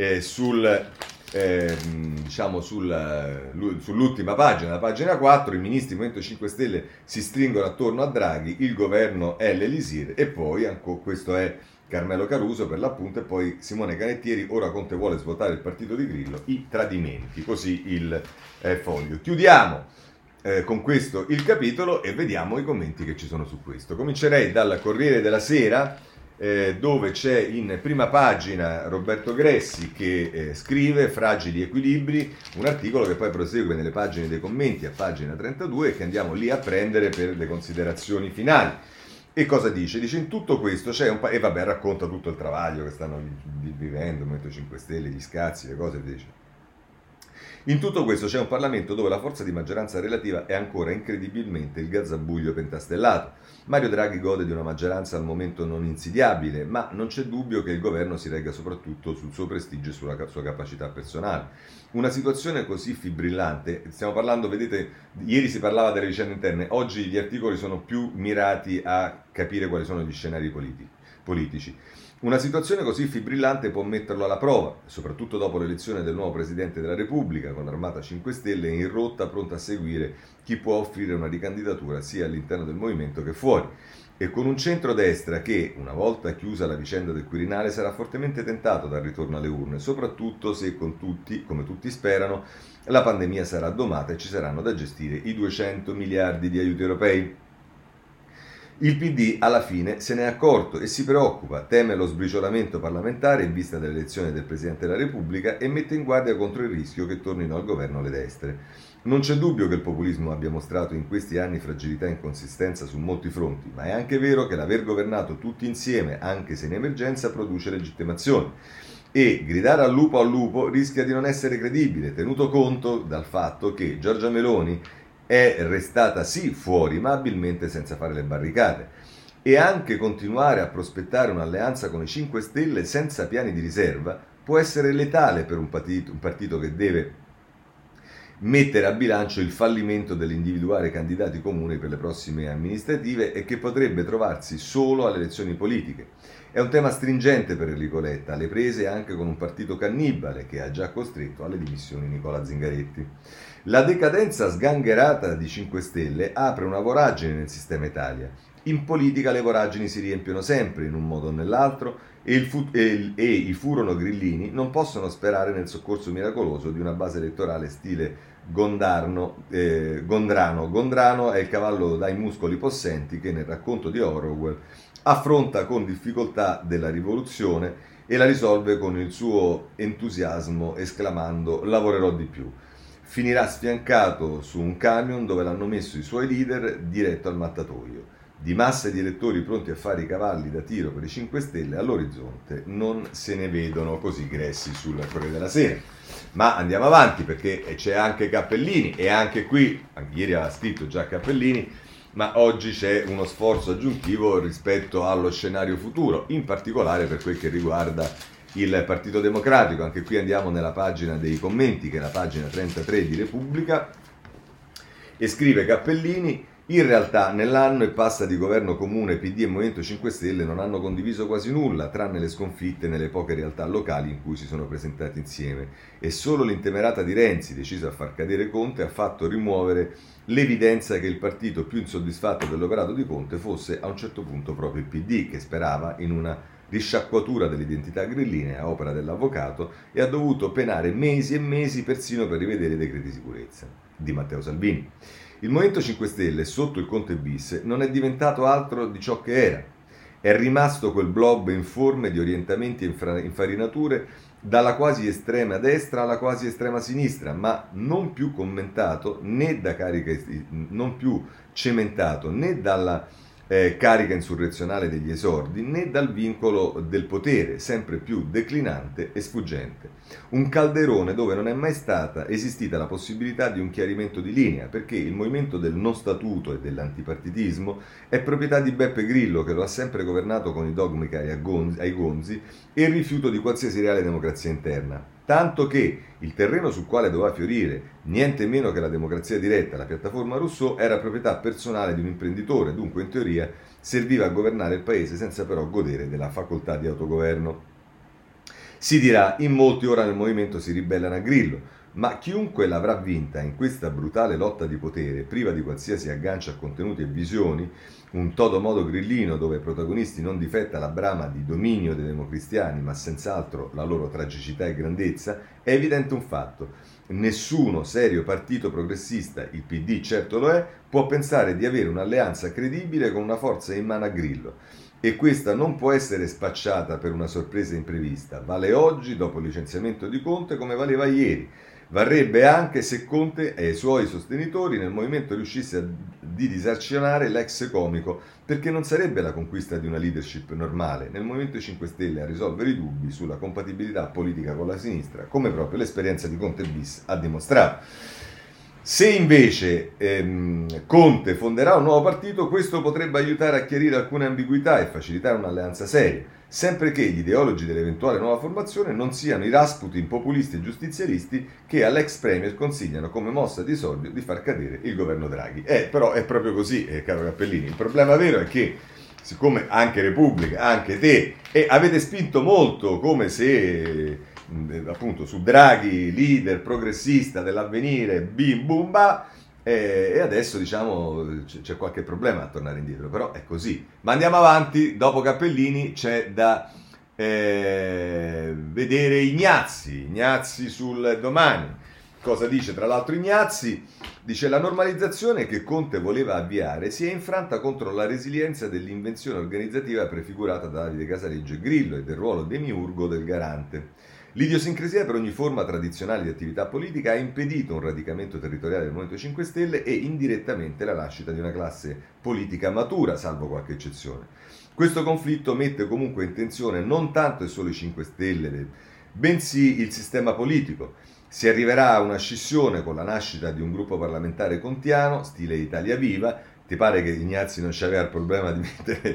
sull'ultima pagina, la pagina 4, i ministri del Movimento 5 Stelle si stringono attorno a Draghi, il governo è l'elisir, e poi questo è Carmelo Caruso per l'appunto, e poi Simone Canettieri, ora Conte vuole svuotare il partito di Grillo, i tradimenti, così il Foglio. Chiudiamo con questo il capitolo e vediamo i commenti che ci sono su questo. Comincerei dal Corriere della Sera, dove c'è in prima pagina Roberto Gressi che scrive fragili equilibri, un articolo che poi prosegue nelle pagine dei commenti a pagina 32 e che andiamo lì a prendere per le considerazioni finali. E cosa dice? Dice: in tutto questo c'è e vabbè, racconta tutto il travaglio che stanno vivendo il Movimento 5 Stelle, gli scazzi, le cose, dice. In tutto questo c'è un Parlamento dove la forza di maggioranza relativa è ancora incredibilmente il gazzabuglio pentastellato. Mario Draghi gode di una maggioranza al momento non insidiabile, ma non c'è dubbio che il governo si regga soprattutto sul suo prestigio e sulla sua capacità personale. Una situazione così fibrillante, stiamo parlando, vedete, ieri si parlava delle vicende interne, oggi gli articoli sono più mirati a capire quali sono gli scenari politici. Una situazione così fibrillante può metterlo alla prova, soprattutto dopo l'elezione del nuovo Presidente della Repubblica, con l'Armata 5 Stelle in rotta, pronta a seguire chi può offrire una ricandidatura sia all'interno del movimento che fuori, e con un centrodestra che, una volta chiusa la vicenda del Quirinale, sarà fortemente tentato dal ritorno alle urne, soprattutto se, come tutti sperano, la pandemia sarà domata e ci saranno da gestire i 200 miliardi di aiuti europei. Il PD alla fine se ne è accorto e si preoccupa, teme lo sbriciolamento parlamentare in vista dell'elezione del Presidente della Repubblica e mette in guardia contro il rischio che tornino al governo le destre. Non c'è dubbio che il populismo abbia mostrato in questi anni fragilità e inconsistenza su molti fronti, ma è anche vero che l'aver governato tutti insieme, anche se in emergenza, produce legittimazione. E gridare al lupo rischia di non essere credibile, tenuto conto dal fatto che Giorgia Meloni è restata sì fuori, ma abilmente senza fare le barricate. E anche continuare a prospettare un'alleanza con i 5 Stelle senza piani di riserva può essere letale per un partito che deve mettere a bilancio il fallimento dell'individuare candidati comuni per le prossime amministrative e che potrebbe trovarsi solo alle elezioni politiche. È un tema stringente per Enrico Letta, alle prese anche con un partito cannibale che ha già costretto alle dimissioni Nicola Zingaretti. La decadenza sgangherata di 5 Stelle apre una voragine nel sistema Italia. In politica le voragini si riempiono sempre, in un modo o nell'altro, e i furono grillini non possono sperare nel soccorso miracoloso di una base elettorale stile Gondrano. Gondrano è il cavallo dai muscoli possenti che nel racconto di Orwell affronta con difficoltà della rivoluzione e la risolve con il suo entusiasmo esclamando lavorerò di più. Finirà sfiancato su un camion dove l'hanno messo i suoi leader diretto al mattatoio. Di masse di elettori pronti a fare i cavalli da tiro per i 5 Stelle all'orizzonte non se ne vedono, così Gressi sul Corriere della Sera. Ma andiamo avanti perché c'è anche Cappellini e anche qui, anche ieri aveva scritto già Cappellini, ma oggi c'è uno sforzo aggiuntivo rispetto allo scenario futuro, in particolare per quel che riguarda il Partito Democratico. Anche qui andiamo nella pagina dei commenti, che è la pagina 33 di Repubblica, e scrive Cappellini: in realtà nell'anno e passa di governo comune PD e Movimento 5 Stelle non hanno condiviso quasi nulla, tranne le sconfitte nelle poche realtà locali in cui si sono presentati insieme, e solo l'intemerata di Renzi, deciso a far cadere Conte, ha fatto rimuovere l'evidenza che il partito più insoddisfatto dell'operato di Conte fosse a un certo punto proprio il PD, che sperava in una risciacquatura dell'identità grilline a opera dell'avvocato e ha dovuto penare mesi e mesi persino per rivedere i decreti di sicurezza di Matteo Salvini. Il Movimento 5 Stelle, sotto il Conte bis, non è diventato altro di ciò che era. È rimasto quel blob informe di orientamenti e infarinature dalla quasi estrema destra alla quasi estrema sinistra, ma non più commentato né da carica, non più cementato né dalla carica insurrezionale degli esordi né dal vincolo del potere, sempre più declinante e sfuggente. Un calderone dove non è mai stata esistita la possibilità di un chiarimento di linea, perché il movimento del non statuto e dell'antipartitismo è proprietà di Beppe Grillo, che lo ha sempre governato con i dogmi cari ai gonzi e il rifiuto di qualsiasi reale democrazia interna. Tanto che il terreno sul quale doveva fiorire niente meno che la democrazia diretta, la piattaforma Rousseau, era proprietà personale di un imprenditore, dunque in teoria serviva a governare il paese senza però godere della facoltà di autogoverno. Si dirà, in molti ora nel movimento si ribellano a Grillo, ma chiunque l'avrà vinta in questa brutale lotta di potere, priva di qualsiasi aggancio a contenuti e visioni, un todo modo grillino dove ai protagonisti non difetta la brama di dominio dei democristiani, ma senz'altro la loro tragicità e grandezza, è evidente un fatto: nessuno serio partito progressista, il PD certo lo è, può pensare di avere un'alleanza credibile con una forza in mano a Grillo. E questa non può essere spacciata per una sorpresa imprevista. Vale oggi, dopo il licenziamento di Conte, come valeva ieri. Varrebbe anche se Conte e i suoi sostenitori nel movimento riuscissero di disarcionare l'ex comico, perché non sarebbe la conquista di una leadership normale nel Movimento 5 Stelle a risolvere i dubbi sulla compatibilità politica con la sinistra, come proprio l'esperienza di Conte bis ha dimostrato. Se invece Conte fonderà un nuovo partito, questo potrebbe aiutare a chiarire alcune ambiguità e facilitare un'alleanza seria, sempre che gli ideologi dell'eventuale nuova formazione non siano i Rasputin populisti e giustizialisti che all'ex premier consigliano come mossa di esordio di far cadere il governo Draghi. Però è proprio così, caro Cappellini. Il problema vero è che, siccome anche Repubblica, anche te, avete spinto molto come se appunto su Draghi, leader progressista dell'avvenire, bim bum ba, e adesso diciamo c'è qualche problema a tornare indietro, però è così. Ma andiamo avanti, dopo Cappellini c'è da vedere Ignazzi sul Domani. Cosa dice tra l'altro Ignazzi? Dice: la normalizzazione che Conte voleva avviare si è infranta contro la resilienza dell'invenzione organizzativa prefigurata da Davide Casaleggio e Grillo e del ruolo demiurgo del garante. L'idiosincrasia per ogni forma tradizionale di attività politica ha impedito un radicamento territoriale del Movimento 5 Stelle e indirettamente la nascita di una classe politica matura, salvo qualche eccezione. Questo conflitto mette comunque in tensione non tanto e solo i 5 Stelle, bensì il sistema politico. Si arriverà a una scissione con la nascita di un gruppo parlamentare contiano, stile Italia Viva. Ti pare che Ignazzi non c'aveva il problema di mettere...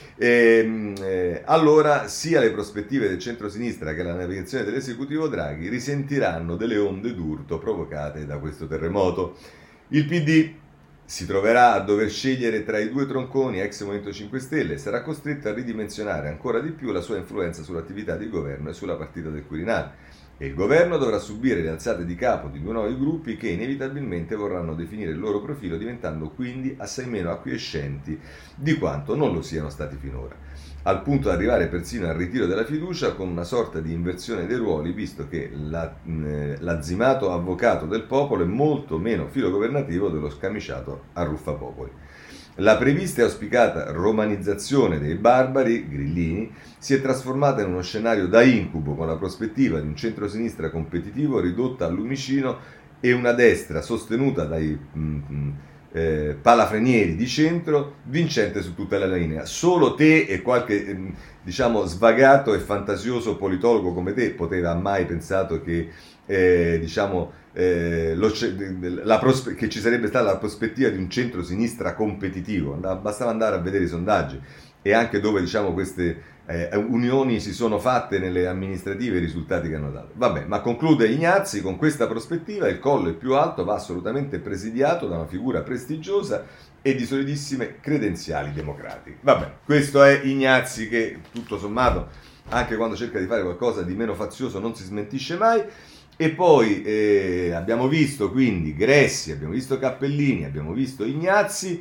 allora sia le prospettive del centro-sinistra che la navigazione dell'esecutivo Draghi risentiranno delle onde d'urto provocate da questo terremoto. Il PD si troverà a dover scegliere tra i due tronconi ex Movimento 5 Stelle e sarà costretto a ridimensionare ancora di più la sua influenza sull'attività di governo e sulla partita del Quirinale. E il governo dovrà subire le alzate di capo di due nuovi gruppi che inevitabilmente vorranno definire il loro profilo, diventando quindi assai meno acquiescenti di quanto non lo siano stati finora, al punto da arrivare persino al ritiro della fiducia con una sorta di inversione dei ruoli, visto che l'azzimato avvocato del popolo è molto meno filogovernativo dello scamiciato arruffapopoli. La prevista e auspicata romanizzazione dei barbari grillini si è trasformata in uno scenario da incubo, con la prospettiva di un centrosinistra competitivo ridotta al lumicino e una destra sostenuta dai palafrenieri di centro vincente su tutta la linea. Solo te e qualche svagato e fantasioso politologo come te poteva mai pensato che che ci sarebbe stata la prospettiva di un centro-sinistra competitivo. Bastava andare a vedere i sondaggi e anche dove queste unioni si sono fatte nelle amministrative e i risultati che hanno dato. Vabbè, ma conclude Ignazzi: con questa prospettiva il colle più alto va assolutamente presidiato da una figura prestigiosa e di solidissime credenziali democratiche. Vabbè, questo è Ignazzi, che tutto sommato, anche quando cerca di fare qualcosa di meno fazioso, non si smentisce mai. E poi abbiamo visto quindi Gressi, abbiamo visto Cappellini, abbiamo visto Ignazzi.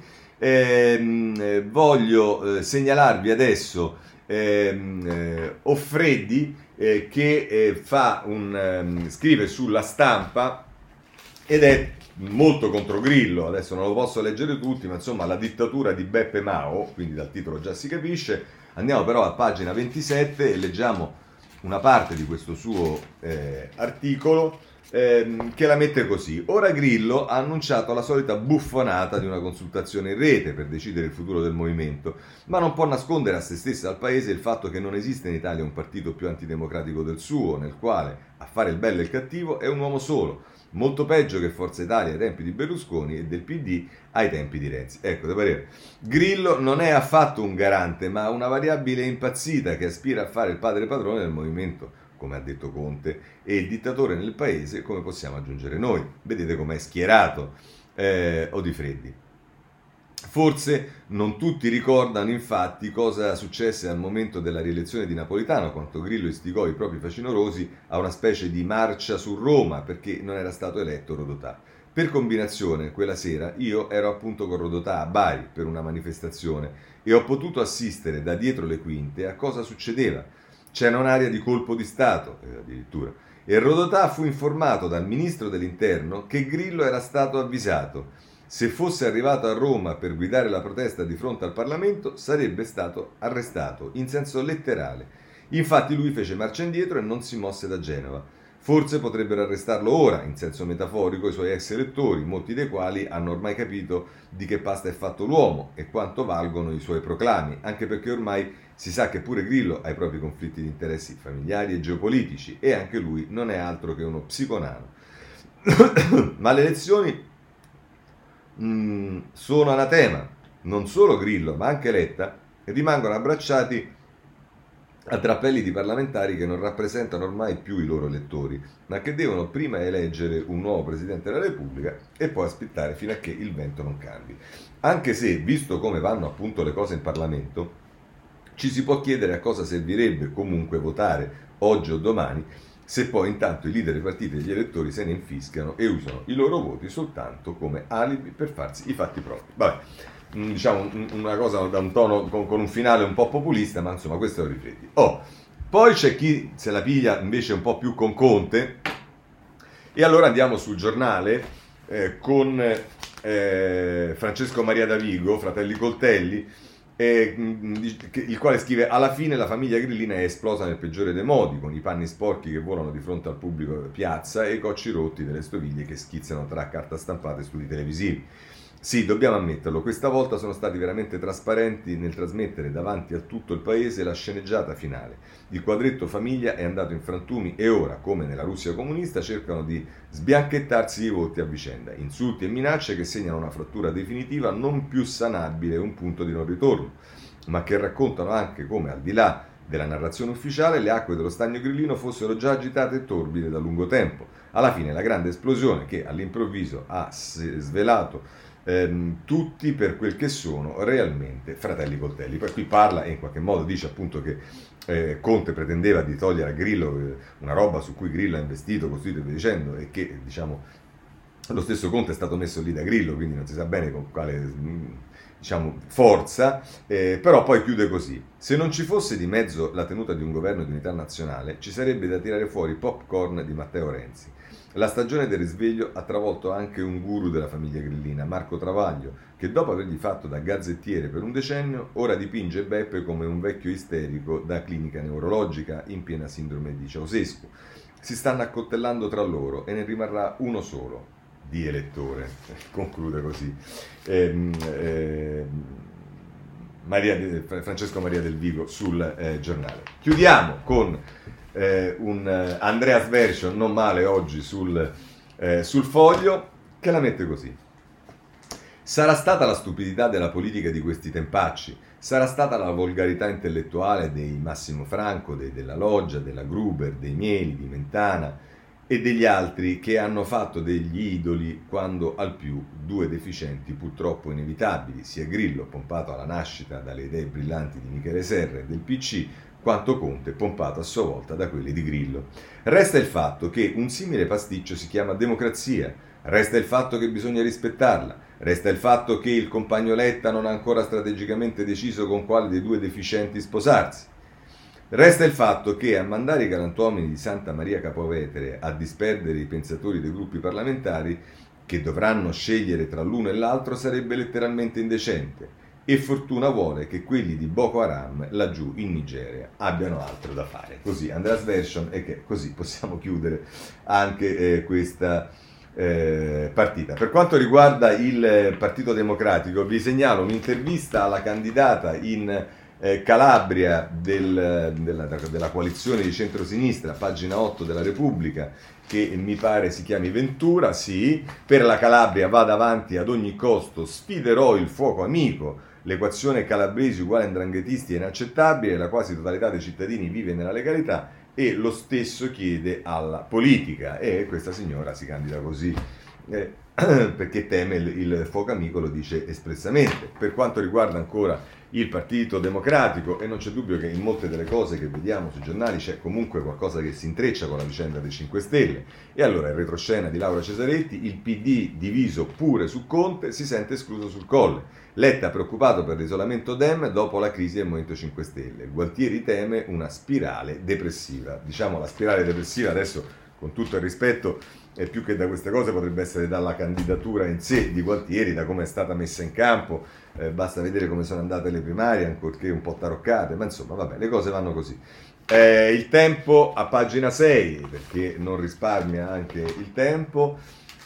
Voglio segnalarvi adesso Offreddi, che scrive sulla Stampa ed è molto contro Grillo. Adesso non lo posso leggere tutti, ma insomma, la dittatura di Beppe Mao, quindi dal titolo già si capisce. Andiamo però a pagina 27 e leggiamo una parte di questo suo articolo, che la mette così: ora Grillo ha annunciato la solita buffonata di una consultazione in rete per decidere il futuro del movimento, ma non può nascondere a se stessa e al paese il fatto che non esiste in Italia un partito più antidemocratico del suo, nel quale a fare il bello e il cattivo è un uomo solo, molto peggio che Forza Italia ai tempi di Berlusconi e del PD ai tempi di Renzi. Ecco, da parere, Grillo non è affatto un garante, ma una variabile impazzita che aspira a fare il padre padrone del movimento, come ha detto Conte, e il dittatore nel paese, come possiamo aggiungere noi. Vedete com'è schierato Odifreddi. Forse non tutti ricordano infatti cosa successe al momento della rielezione di Napolitano, quando Grillo istigò i propri facinorosi a una specie di marcia su Roma perché non era stato eletto Rodotà. Per combinazione, quella sera io ero appunto con Rodotà a Bari per una manifestazione e ho potuto assistere da dietro le quinte a cosa succedeva. C'era un'aria di colpo di Stato, addirittura, e Rodotà fu informato dal ministro dell'Interno che Grillo era stato avvisato. Se fosse arrivato a Roma per guidare la protesta di fronte al Parlamento, sarebbe stato arrestato, in senso letterale. Infatti lui fece marcia indietro e non si mosse da Genova. Forse potrebbero arrestarlo ora, in senso metaforico, i suoi ex elettori, molti dei quali hanno ormai capito di che pasta è fatto l'uomo e quanto valgono i suoi proclami, anche perché ormai si sa che pure Grillo ha i propri conflitti di interessi familiari e geopolitici e anche lui non è altro che uno psiconano. Ma le elezioni sono anatema. Non solo Grillo, ma anche Letta rimangono abbracciati a drappelli di parlamentari che non rappresentano ormai più i loro elettori, ma che devono prima eleggere un nuovo Presidente della Repubblica e poi aspettare fino a che il vento non cambi. Anche se, visto come vanno appunto le cose in Parlamento, ci si può chiedere a cosa servirebbe comunque votare oggi o domani, se poi intanto i leader dei partiti e gli elettori se ne infischiano e usano i loro voti soltanto come alibi per farsi i fatti propri. Vabbè, diciamo una cosa da un tono con un finale un po' populista, ma insomma questo è un rifletti. Poi c'è chi se la piglia invece un po' più con Conte E allora andiamo sul Giornale con Francesco Maria Davigo, Fratelli Coltelli, il quale scrive: alla fine la famiglia grillina è esplosa nel peggiore dei modi, con i panni sporchi che volano di fronte al pubblico piazza e i cocci rotti delle stoviglie che schizzano tra carta stampata e studi televisivi. Sì, dobbiamo ammetterlo, questa volta sono stati veramente trasparenti nel trasmettere davanti a tutto il paese la sceneggiata finale. Il quadretto famiglia è andato in frantumi e ora, come nella Russia comunista, cercano di sbianchettarsi i volti a vicenda. Insulti e minacce che segnano una frattura definitiva non più sanabile, un punto di non ritorno, ma che raccontano anche come, al di là della narrazione ufficiale, le acque dello stagno grillino fossero già agitate e torbide da lungo tempo. Alla fine la grande esplosione che all'improvviso ha svelato tutti per quel che sono realmente fratelli Coltelli. Poi qui parla e in qualche modo dice appunto che Conte pretendeva di togliere a Grillo una roba su cui Grillo ha investito, costruito e via dicendo, e che diciamo lo stesso Conte è stato messo lì da Grillo, quindi non si sa bene con quale diciamo forza, però poi chiude così: se non ci fosse di mezzo la tenuta di un governo di unità nazionale, ci sarebbe da tirare fuori popcorn di Matteo Renzi. La stagione del risveglio ha travolto anche un guru della famiglia grillina, Marco Travaglio, che dopo avergli fatto da gazzettiere per un decennio, ora dipinge Beppe come un vecchio isterico da clinica neurologica in piena sindrome di Ceausescu. Si stanno accoltellando tra loro e ne rimarrà uno solo di elettore, conclude così Francesco Maria Del Vigo sul Giornale. Chiudiamo con un Andreas Version, non male oggi sul Foglio, che la mette così: sarà stata la stupidità della politica di questi tempacci, sarà stata la volgarità intellettuale dei Massimo Franco, della Loggia, della Gruber, dei Mieli, di Mentana e degli altri che hanno fatto degli idoli quando al più due deficienti purtroppo inevitabili, sia Grillo pompato alla nascita dalle idee brillanti di Michele Serra e del PC, quanto Conte pompato a sua volta da quelli di Grillo. Resta il fatto che un simile pasticcio si chiama democrazia, resta il fatto che bisogna rispettarla, resta il fatto che il compagno Letta non ha ancora strategicamente deciso con quale dei due deficienti sposarsi. Resta il fatto che a mandare i galantuomini di Santa Maria Capovetere a disperdere i pensatori dei gruppi parlamentari che dovranno scegliere tra l'uno e l'altro sarebbe letteralmente indecente, e fortuna vuole che quelli di Boko Haram laggiù in Nigeria abbiano altro da fare. Così Andreas Version, e che così possiamo chiudere anche questa partita. Per quanto riguarda il Partito Democratico, vi segnalo un'intervista alla candidata in Calabria della coalizione di centrosinistra, pagina 8 della Repubblica, che mi pare si chiami Ventura. Sì, per la Calabria vado avanti ad ogni costo, sfiderò il fuoco amico, l'equazione calabresi uguale a 'ndranghetisti è inaccettabile, la quasi totalità dei cittadini vive nella legalità e lo stesso chiede alla politica, e questa signora si candida così perché teme il fuoco amico, lo dice espressamente. Per quanto riguarda ancora il Partito Democratico, e non c'è dubbio che in molte delle cose che vediamo sui giornali c'è comunque qualcosa che si intreccia con la vicenda dei 5 Stelle, e allora il retroscena di Laura Cesaretti: il PD diviso pure su Conte, si sente escluso sul Colle. Letta preoccupato per l'isolamento Dem dopo la crisi del Movimento 5 Stelle. Gualtieri teme una spirale depressiva. Diciamo, la spirale depressiva adesso, con tutto il rispetto, e più che da queste cose potrebbe essere dalla candidatura in sé di Gualtieri, da come è stata messa in campo, basta vedere come sono andate le primarie, ancorché un po' taroccate, ma insomma vabbè, le cose vanno così. Il Tempo a pagina 6, perché non risparmia anche il Tempo,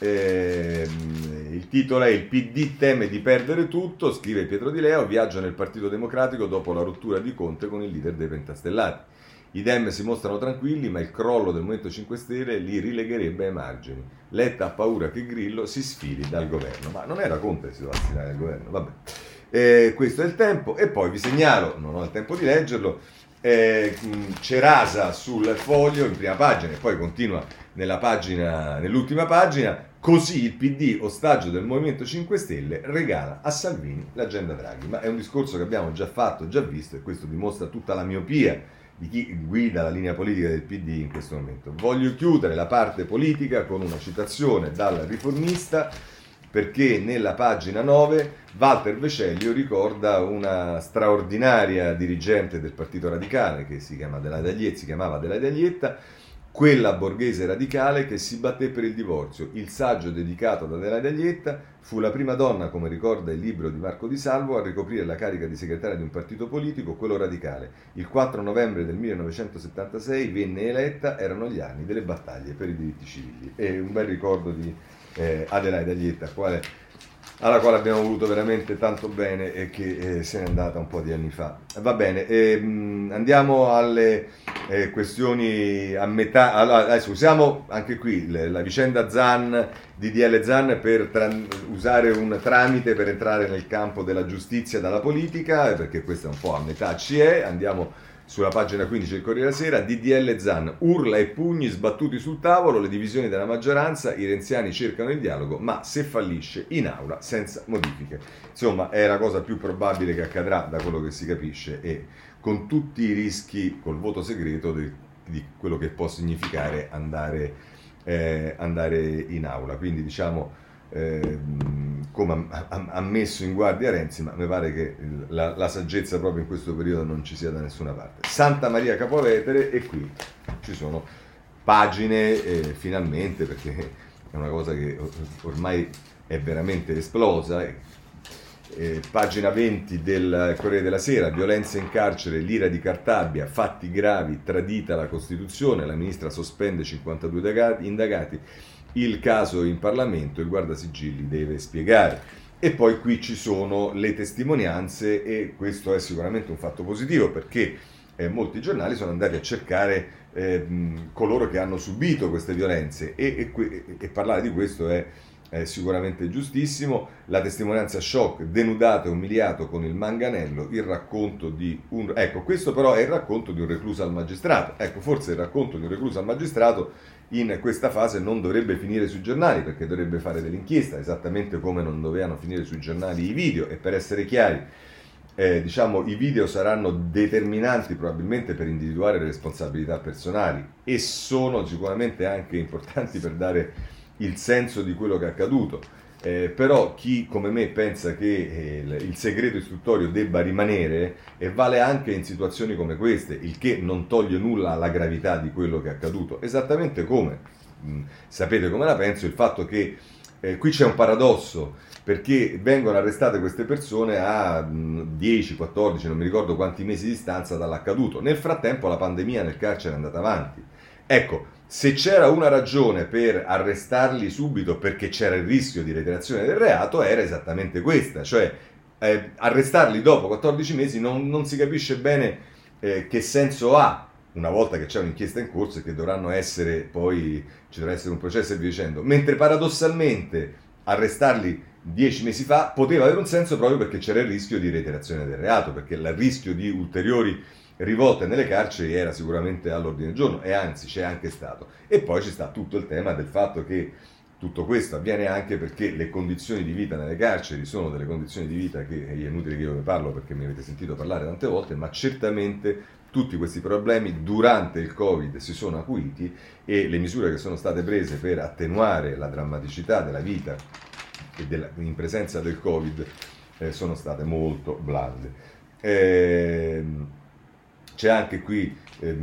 il titolo è: il PD teme di perdere tutto, scrive Pietro Di Leo, viaggio nel Partito Democratico dopo la rottura di Conte con il leader dei Pentastellati. I Dem si mostrano tranquilli, ma il crollo del Movimento 5 Stelle li rilegherebbe ai margini. Letta ha paura che Grillo si sfili dal governo. Ma non era Conte che si doveva sfilare dal governo? Vabbè. Questo è il Tempo. E poi vi segnalo, non ho il tempo di leggerlo, Cerasa sul Foglio in prima pagina, e poi continua nell'ultima pagina: così il PD, ostaggio del Movimento 5 Stelle, regala a Salvini l'agenda Draghi. Ma è un discorso che abbiamo già fatto, già visto, e questo dimostra tutta la miopia di chi guida la linea politica del PD in questo momento. Voglio chiudere la parte politica con una citazione dal Riformista, perché nella pagina 9 Walter Vecellio ricorda una straordinaria dirigente del Partito Radicale che si chiamava Adela Daglietta, quella borghese radicale che si batté per il divorzio. Il saggio dedicato ad Adelaide Aglietta: fu la prima donna, come ricorda il libro di Marco Di Salvo, a ricoprire la carica di segretaria di un partito politico, quello radicale. Il 4 novembre del 1976 venne eletta, erano gli anni delle battaglie per i diritti civili. È un bel ricordo di Adelaide Aglietta, alla quale abbiamo voluto veramente tanto bene e che se n'è andata un po' di anni fa. Va bene, andiamo alle questioni a metà. Allora, adesso usiamo anche qui la vicenda Zan, DDL Zan, per usare un tramite per entrare nel campo della giustizia dalla politica, perché questa un po' a metà ci è. Andiamo sulla pagina 15 del Corriere della Sera. DDL Zan, urla e pugni sbattuti sul tavolo, le divisioni della maggioranza, i renziani cercano il dialogo, ma se fallisce in aula senza modifiche. Insomma, è la cosa più probabile che accadrà, da quello che si capisce, e con tutti i rischi col voto segreto di quello che può significare andare in aula. Quindi diciamo, come ha messo in guardia Renzi, ma mi pare che la saggezza proprio in questo periodo non ci sia da nessuna parte. Santa Maria Capua Vetere, e qui ci sono pagine, finalmente, perché è una cosa che ormai è veramente esplosa. Pagina 20 del Corriere della Sera: violenze in carcere, l'ira di Cartabia, fatti gravi, tradita la Costituzione, la ministra sospende 52 indagati, il caso in Parlamento, il guardasigilli deve spiegare. E poi qui ci sono le testimonianze, e questo è sicuramente un fatto positivo, perché molti giornali sono andati a cercare coloro che hanno subito queste violenze, e parlare di questo è sicuramente giustissimo. La testimonianza shock: denudato e umiliato con il manganello, il racconto di un... Ecco, questo però è il racconto di un recluso al magistrato. Ecco, forse il racconto di un recluso al magistrato in questa fase non dovrebbe finire sui giornali, perché dovrebbe fare dell'inchiesta, esattamente come non dovevano finire sui giornali i video. E per essere chiari, diciamo, i video saranno determinanti probabilmente per individuare le responsabilità personali, e sono sicuramente anche importanti per dare il senso di quello che è accaduto. Però chi come me pensa che il segreto istruttorio debba rimanere, e vale anche in situazioni come queste, il che non toglie nulla alla gravità di quello che è accaduto, esattamente come sapete come la penso, il fatto che qui c'è un paradosso, perché vengono arrestate queste persone a 10, 14, non mi ricordo quanti mesi di distanza dall'accaduto. Nel frattempo la pandemia nel carcere è andata avanti. Ecco, se c'era una ragione per arrestarli subito perché c'era il rischio di reiterazione del reato, era esattamente questa, cioè arrestarli dopo 14 mesi non si capisce bene che senso ha, una volta che c'è un'inchiesta in corso e che dovranno essere, poi ci dovrà essere un processo e via dicendo, mentre paradossalmente arrestarli 10 mesi fa poteva avere un senso proprio perché c'era il rischio di reiterazione del reato, perché il rischio di ulteriori rivolte nelle carceri era sicuramente all'ordine del giorno, e anzi c'è anche stato. E poi ci sta tutto il tema del fatto che tutto questo avviene anche perché le condizioni di vita nelle carceri sono delle condizioni di vita che è inutile che io ne parlo, perché mi avete sentito parlare tante volte, ma certamente tutti questi problemi durante il Covid si sono acuiti, e le misure che sono state prese per attenuare la drammaticità della vita e in presenza del Covid sono state molto blande. C'è anche qui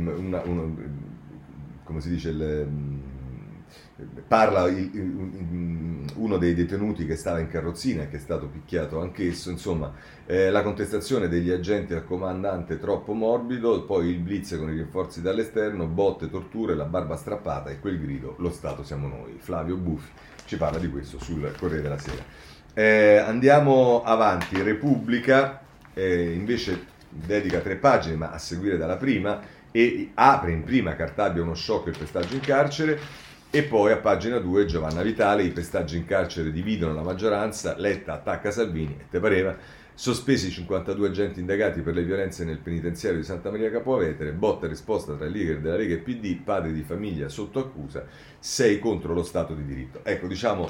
come si dice, parla uno dei detenuti che stava in carrozzina e che è stato picchiato anch'esso. Insomma, la contestazione degli agenti al comandante troppo morbido, poi il blitz con i rinforzi dall'esterno, botte, torture, la barba strappata e quel grido: lo Stato siamo noi. Flavio Buffi ci parla di questo sul Corriere della Sera. Andiamo avanti. Repubblica invece dedica 3 pagine, ma a seguire dalla prima, e apre in prima: Cartabia, uno shock, il pestaggio in carcere. E poi a pagina 2 Giovanna Vitale: i pestaggi in carcere dividono la maggioranza, Letta attacca Salvini, e te pareva. Sospesi 52 agenti indagati per le violenze nel penitenziario di Santa Maria Capua Vetere, botta e risposta tra i leader della Lega e PD, padri di famiglia sotto accusa, 6 contro lo Stato di diritto. Ecco, diciamo,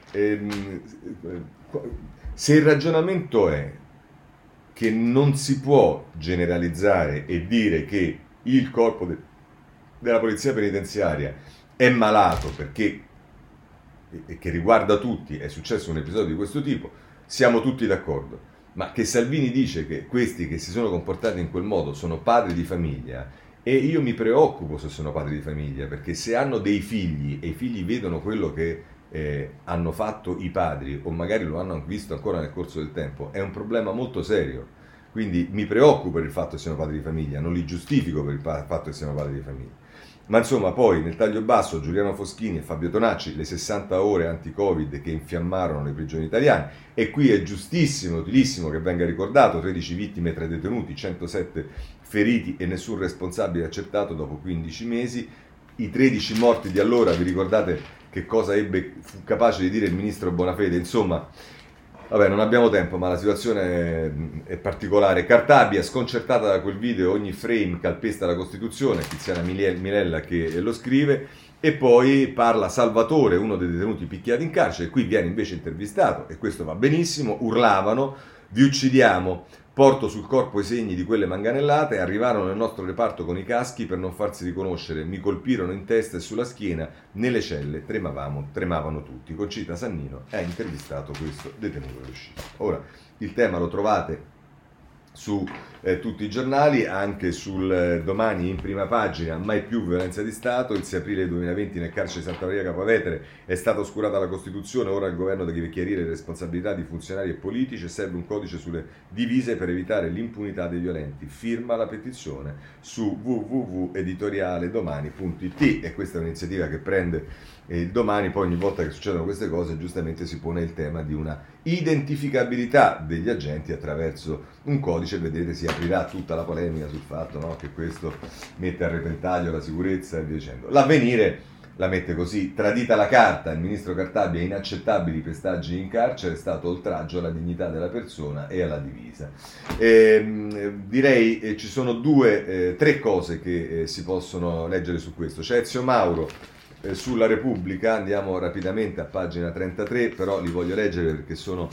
se il ragionamento è che non si può generalizzare e dire che il corpo della polizia penitenziaria è malato perché, e che riguarda tutti, è successo un episodio di questo tipo, siamo tutti d'accordo. Ma che Salvini dice che questi che si sono comportati in quel modo sono padri di famiglia E io mi preoccupo se sono padri di famiglia, perché se hanno dei figli e i figli vedono quello che hanno fatto i padri, o magari lo hanno visto ancora nel corso del tempo, è un problema molto serio. Quindi mi preoccupo per il fatto che siano padri di famiglia, non li giustifico per il fatto che siano padri di famiglia. Ma insomma, poi nel taglio basso Giuliano Foschini e Fabio Tonacci, le 60 ore anti-Covid che infiammarono le prigioni italiane, e qui è giustissimo, utilissimo che venga ricordato: 13 vittime, 3 detenuti, 107 feriti e nessun responsabile accertato dopo 15 mesi. I 13 morti di allora, vi ricordate che cosa fu capace di dire il ministro Bonafede? Insomma, vabbè, non abbiamo tempo, ma la situazione è particolare. Cartabia, sconcertata da quel video, ogni frame calpesta la Costituzione, Tiziana Milella che lo scrive, e poi parla Salvatore, uno dei detenuti picchiati in carcere, qui viene invece intervistato, e questo va benissimo, urlavano: vi uccidiamo, porto sul corpo i segni di quelle manganellate, arrivarono nel nostro reparto con i caschi per non farsi riconoscere, mi colpirono in testa e sulla schiena, nelle celle tremavano tutti. Concita Sannino ha intervistato questo detenuto riuscito. Ora, il tema lo trovate su tutti i giornali, anche sul Domani in prima pagina: mai più violenza di Stato, il 6 aprile 2020 nel carcere di Santa Maria Capua Vetere è stata oscurata la Costituzione, ora il governo deve chiarire le responsabilità di funzionari e politici e serve un codice sulle divise per evitare l'impunità dei violenti. Firma la petizione su www.editorialedomani.it, e questa è un'iniziativa che prende il Domani. Poi ogni volta che succedono queste cose giustamente si pone il tema di una identificabilità degli agenti attraverso un codice. Vedete, si aprirà tutta la polemica sul fatto, no, che questo mette a repentaglio la sicurezza e via dicendo. L'Avvenire la mette così: tradita la carta, il ministro Cartabia, inaccettabili pestaggini in carcere, è stato oltraggio alla dignità della persona e alla divisa. Direi ci sono tre cose che si possono leggere su questo. C'è Ezio Mauro sulla Repubblica, andiamo rapidamente a pagina 33, però li voglio leggere perché sono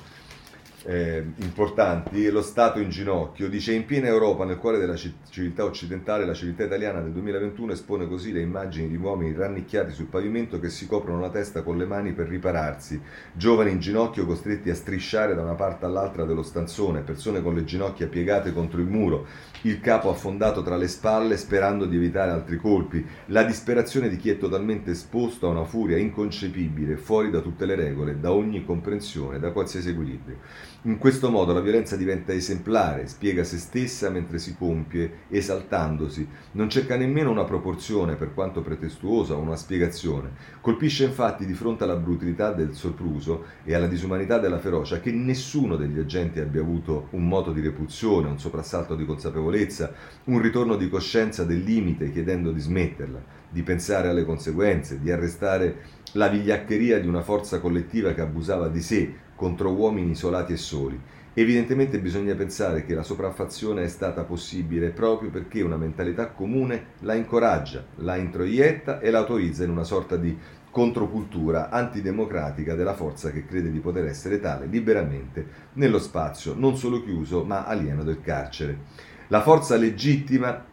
importanti. Lo Stato in ginocchio, dice: in piena Europa, nel cuore della civiltà occidentale, la civiltà italiana del 2021 espone così le immagini di uomini rannicchiati sul pavimento che si coprono la testa con le mani per ripararsi, giovani in ginocchio costretti a strisciare da una parte all'altra dello stanzone, persone con le ginocchia piegate contro il muro, il capo affondato tra le spalle sperando di evitare altri colpi, la disperazione di chi è totalmente esposto a una furia inconcepibile, fuori da tutte le regole, da ogni comprensione, da qualsiasi equilibrio. In questo modo la violenza diventa esemplare, spiega se stessa mentre si compie, esaltandosi, non cerca nemmeno una proporzione, per quanto pretestuosa, o una spiegazione. Colpisce infatti di fronte alla brutalità del sopruso e alla disumanità della ferocia che nessuno degli agenti abbia avuto un moto di repulsione, un soprassalto di consapevolezza, un ritorno di coscienza del limite chiedendo di smetterla, di pensare alle conseguenze, di arrestare la vigliaccheria di una forza collettiva che abusava di sé contro uomini isolati e soli. Evidentemente bisogna pensare che la sopraffazione è stata possibile proprio perché una mentalità comune la incoraggia, la introietta e la autorizza in una sorta di controcultura antidemocratica della forza che crede di poter essere tale liberamente nello spazio non solo chiuso ma alieno del carcere. La forza legittima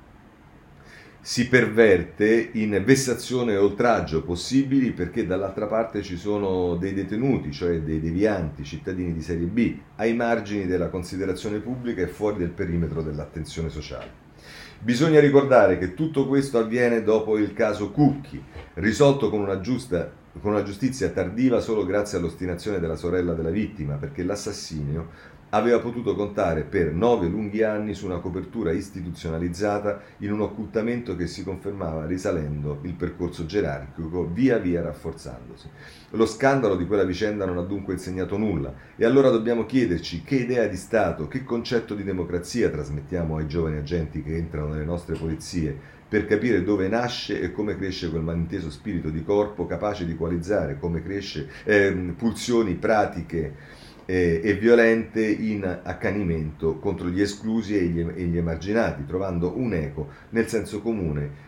si perverte in vessazione e oltraggio possibili perché dall'altra parte ci sono dei detenuti, cioè dei devianti, cittadini di serie B, ai margini della considerazione pubblica e fuori del perimetro dell'attenzione sociale. Bisogna ricordare che tutto questo avviene dopo il caso Cucchi, risolto con una giustizia tardiva solo grazie all'ostinazione della sorella della vittima, perché l'assassinio aveva potuto contare per 9 lunghi anni su una copertura istituzionalizzata in un occultamento che si confermava risalendo il percorso gerarchico via via rafforzandosi. Lo scandalo di quella vicenda non ha dunque insegnato nulla e allora dobbiamo chiederci che idea di Stato, che concetto di democrazia trasmettiamo ai giovani agenti che entrano nelle nostre polizie per capire dove nasce e come cresce quel malinteso spirito di corpo capace di equalizzare come cresce pulsioni pratiche e violente in accanimento contro gli esclusi e gli emarginati, trovando un eco nel senso comune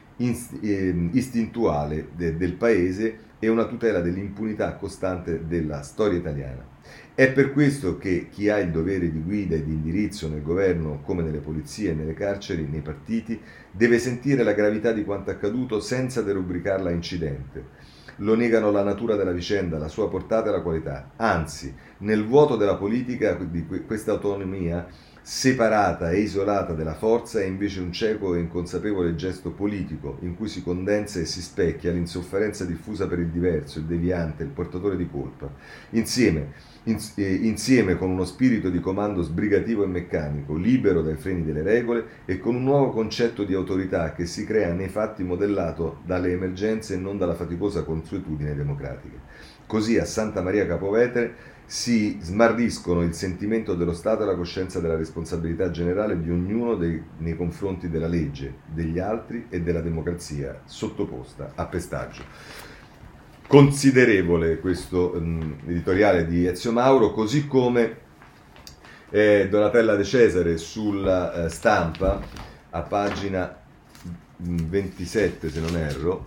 istintuale del paese e una tutela dell'impunità costante della storia italiana. È per questo che chi ha il dovere di guida e di indirizzo nel governo, come nelle polizie, nelle carceri, nei partiti, deve sentire la gravità di quanto accaduto senza derubricarla a incidente. Lo negano la natura della vicenda, la sua portata e la qualità. Anzi, nel vuoto della politica di questa autonomia separata e isolata della forza è invece un cieco e inconsapevole gesto politico in cui si condensa e si specchia l'insofferenza diffusa per il diverso, il deviante, il portatore di colpa. Insieme con uno spirito di comando sbrigativo e meccanico, libero dai freni delle regole e con un nuovo concetto di autorità che si crea nei fatti modellato dalle emergenze e non dalla faticosa consuetudine democratica. Così a Santa Maria Capovetere si smarriscono il sentimento dello Stato e la coscienza della responsabilità generale di ognuno nei confronti della legge, degli altri e della democrazia sottoposta a pestaggio. Considerevole questo editoriale di Ezio Mauro, così come Donatella De Cesare sulla Stampa, a pagina 27 se non erro,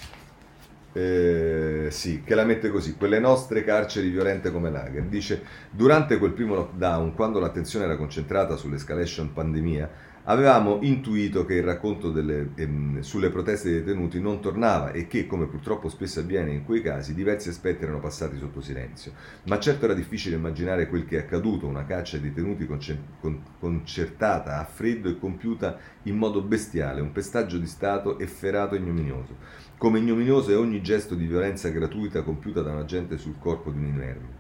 sì, che la mette così: quelle nostre carceri violente come lager. Dice: durante quel primo lockdown, quando l'attenzione era concentrata sull'escalation pandemia, avevamo intuito che il racconto sulle proteste dei detenuti non tornava e che, come purtroppo spesso avviene in quei casi, diversi aspetti erano passati sotto silenzio. Ma certo era difficile immaginare quel che è accaduto, una caccia ai detenuti concertata a freddo e compiuta in modo bestiale, un pestaggio di Stato efferato e ignominioso. Come ignominioso è ogni gesto di violenza gratuita compiuta da un agente sul corpo di un inerme.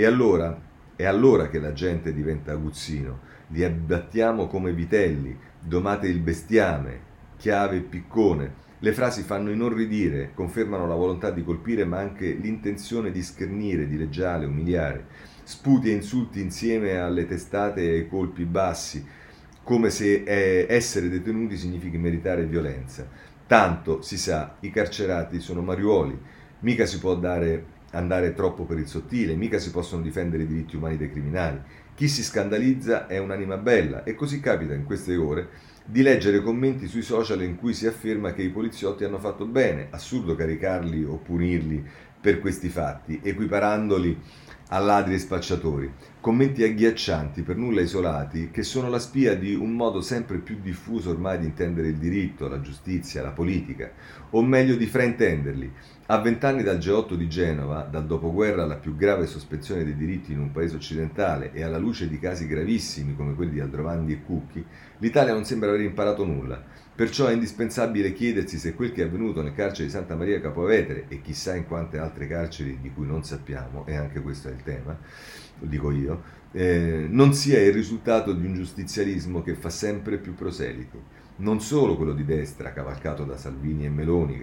È allora che la gente diventa aguzzino. Li abbattiamo come vitelli, domate il bestiame, chiave e piccone. Le frasi fanno inorridire, confermano la volontà di colpire ma anche l'intenzione di schernire, dileggiare, umiliare. Sputi e insulti insieme alle testate e ai colpi bassi, come se essere detenuti significhi meritare violenza. Tanto, si sa, i carcerati sono mariuoli, mica si può andare troppo per il sottile, mica si possono difendere i diritti umani dei criminali. Chi si scandalizza è un'anima bella e così capita in queste ore di leggere commenti sui social in cui si afferma che i poliziotti hanno fatto bene. Assurdo caricarli o punirli per questi fatti, equiparandoli a ladri e spacciatori. Commenti agghiaccianti, per nulla isolati, che sono la spia di un modo sempre più diffuso ormai di intendere il diritto, la giustizia, la politica, o meglio di fraintenderli. A 20 anni dal G8 di Genova, dal dopoguerra alla più grave sospensione dei diritti in un paese occidentale e alla luce di casi gravissimi come quelli di Aldrovandi e Cucchi, l'Italia non sembra aver imparato nulla. Perciò è indispensabile chiedersi se quel che è avvenuto nel carcere di Santa Maria Capovetere e chissà in quante altre carceri di cui non sappiamo, e anche questo è il tema, lo dico io, non sia il risultato di un giustizialismo che fa sempre più proseliti. Non solo quello di destra, cavalcato da Salvini e Meloni,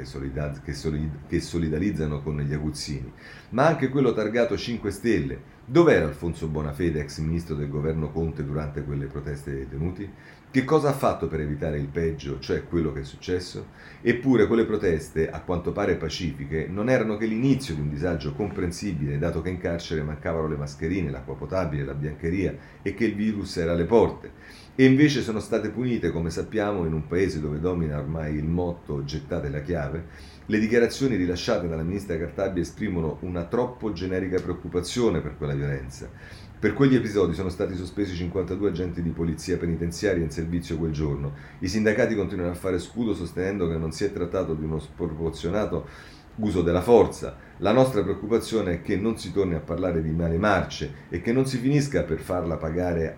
che solidarizzano con gli aguzzini, ma anche quello targato 5 Stelle. Dov'era Alfonso Bonafede, ex ministro del governo Conte, durante quelle proteste dei detenuti? Che cosa ha fatto per evitare il peggio, cioè quello che è successo? Eppure quelle proteste, a quanto pare pacifiche, non erano che l'inizio di un disagio comprensibile, dato che in carcere mancavano le mascherine, l'acqua potabile, la biancheria e che il virus era alle porte. E invece sono state punite, come sappiamo, in un paese dove domina ormai il motto "gettate la chiave". Le dichiarazioni rilasciate dalla ministra Cartabia esprimono una troppo generica preoccupazione per quella violenza. Per quegli episodi sono stati sospesi 52 agenti di polizia penitenziaria in servizio quel giorno. I sindacati continuano a fare scudo sostenendo che non si è trattato di uno sproporzionato uso della forza. La nostra preoccupazione è che non si torni a parlare di male marce e che non si finisca per farla pagare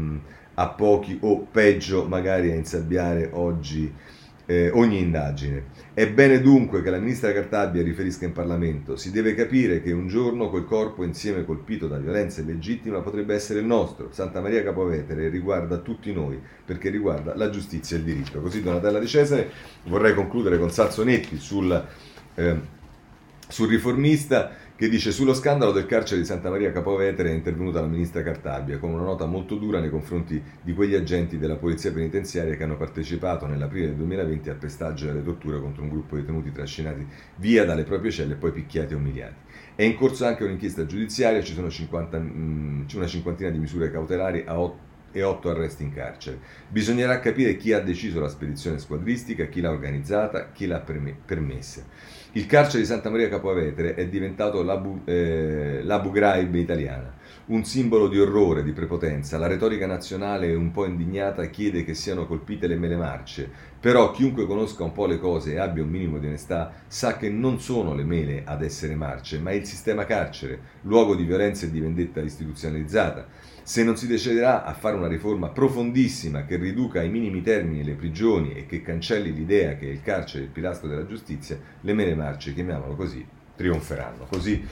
a pochi o peggio magari a insabbiare ogni indagine. È bene dunque che la ministra Cartabia riferisca in Parlamento. Si deve capire che un giorno quel corpo insieme colpito da violenza illegittima potrebbe essere il nostro. Santa Maria Capovetere riguarda tutti noi perché riguarda la giustizia e il diritto. Così Donatella De Cesare. Vorrei concludere con Sansonetti sul Riformista, che dice: sullo scandalo del carcere di Santa Maria Capovetere è intervenuta la ministra Cartabia con una nota molto dura nei confronti di quegli agenti della polizia penitenziaria che hanno partecipato nell'aprile del 2020 al pestaggio e alle torture contro un gruppo di detenuti trascinati via dalle proprie celle e poi picchiati e umiliati. È in corso anche un'inchiesta giudiziaria, ci sono una cinquantina di misure cautelari e 8 arresti in carcere. Bisognerà capire chi ha deciso la spedizione squadristica, chi l'ha organizzata, chi l'ha permessa. Il carcere di Santa Maria Capovetere è diventato l'Abu Ghraib italiana, un simbolo di orrore, di prepotenza. La retorica nazionale un po' indignata chiede che siano colpite le mele marce, però chiunque conosca un po' le cose e abbia un minimo di onestà sa che non sono le mele ad essere marce, ma il sistema carcere, luogo di violenza e di vendetta istituzionalizzata. Se non si deciderà a fare una riforma profondissima che riduca ai minimi termini le prigioni e che cancelli l'idea che il carcere è il pilastro della giustizia, le mele marce, chiamiamolo così, trionferanno. Così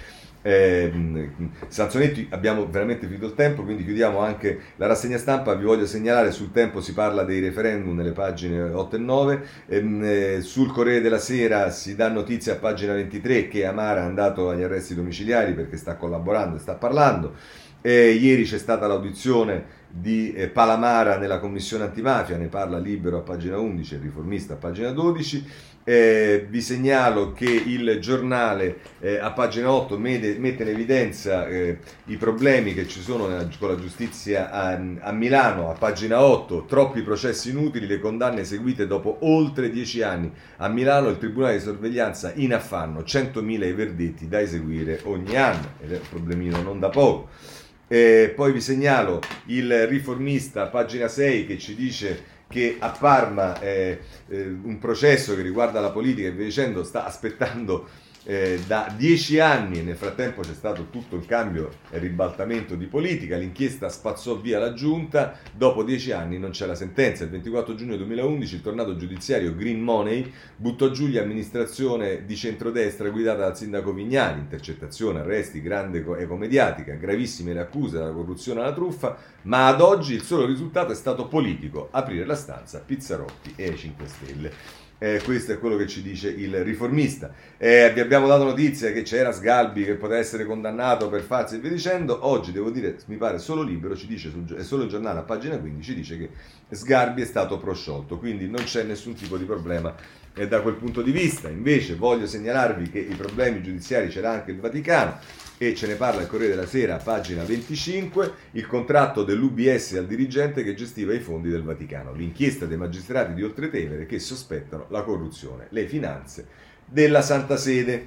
Sansonetti, abbiamo veramente finito il tempo, quindi chiudiamo anche la rassegna stampa. Vi voglio segnalare, sul Tempo si parla dei referendum nelle pagine 8 e 9, sul Corriere della Sera si dà notizia a pagina 23 che Amara è andato agli arresti domiciliari perché sta collaborando e sta parlando. Ieri c'è stata l'audizione di Palamara nella commissione antimafia, ne parla Libero a pagina 11, il Riformista a pagina 12. Vi segnalo che il Giornale a pagina 8 mette in evidenza i problemi che ci sono con la giustizia a Milano. A pagina 8, troppi processi inutili, le condanne eseguite dopo oltre 10 anni. A Milano il Tribunale di sorveglianza in affanno, 100.000 i verdetti da eseguire ogni anno, ed è un problemino non da poco. Poi vi segnalo il Riformista, pagina 6, che ci dice che a Parma un processo che riguarda la politica e via dicendo sta aspettando da 10 anni, e nel frattempo c'è stato tutto il cambio e ribaltamento di politica. L'inchiesta spazzò via la giunta, dopo 10 anni non c'è la sentenza. Il 24 giugno 2011 il tornado giudiziario Green Money buttò giù l'amministrazione di centrodestra guidata dal sindaco Vignali, intercettazione, arresti, grande eco mediatica, gravissime le accuse della corruzione e alla truffa, ma ad oggi il solo risultato è stato politico: aprire la stanza Pizzarotti e 5 Stelle. Questo è quello che ci dice il Riformista. Vi abbiamo dato notizia che c'era Sgalbi che poteva essere condannato per falsi e via dicendo. Oggi devo dire, mi pare solo Libero ci dice, solo il Giornale a pagina 15 dice che Sgarbi è stato prosciolto, quindi non c'è nessun tipo di problema da quel punto di vista. Invece voglio segnalarvi che i problemi giudiziari c'era anche il Vaticano, e ce ne parla il Corriere della Sera a pagina 25, il contratto dell'UBS al dirigente che gestiva i fondi del Vaticano, l'inchiesta dei magistrati di Oltretevere che sospettano la corruzione, le finanze della Santa Sede.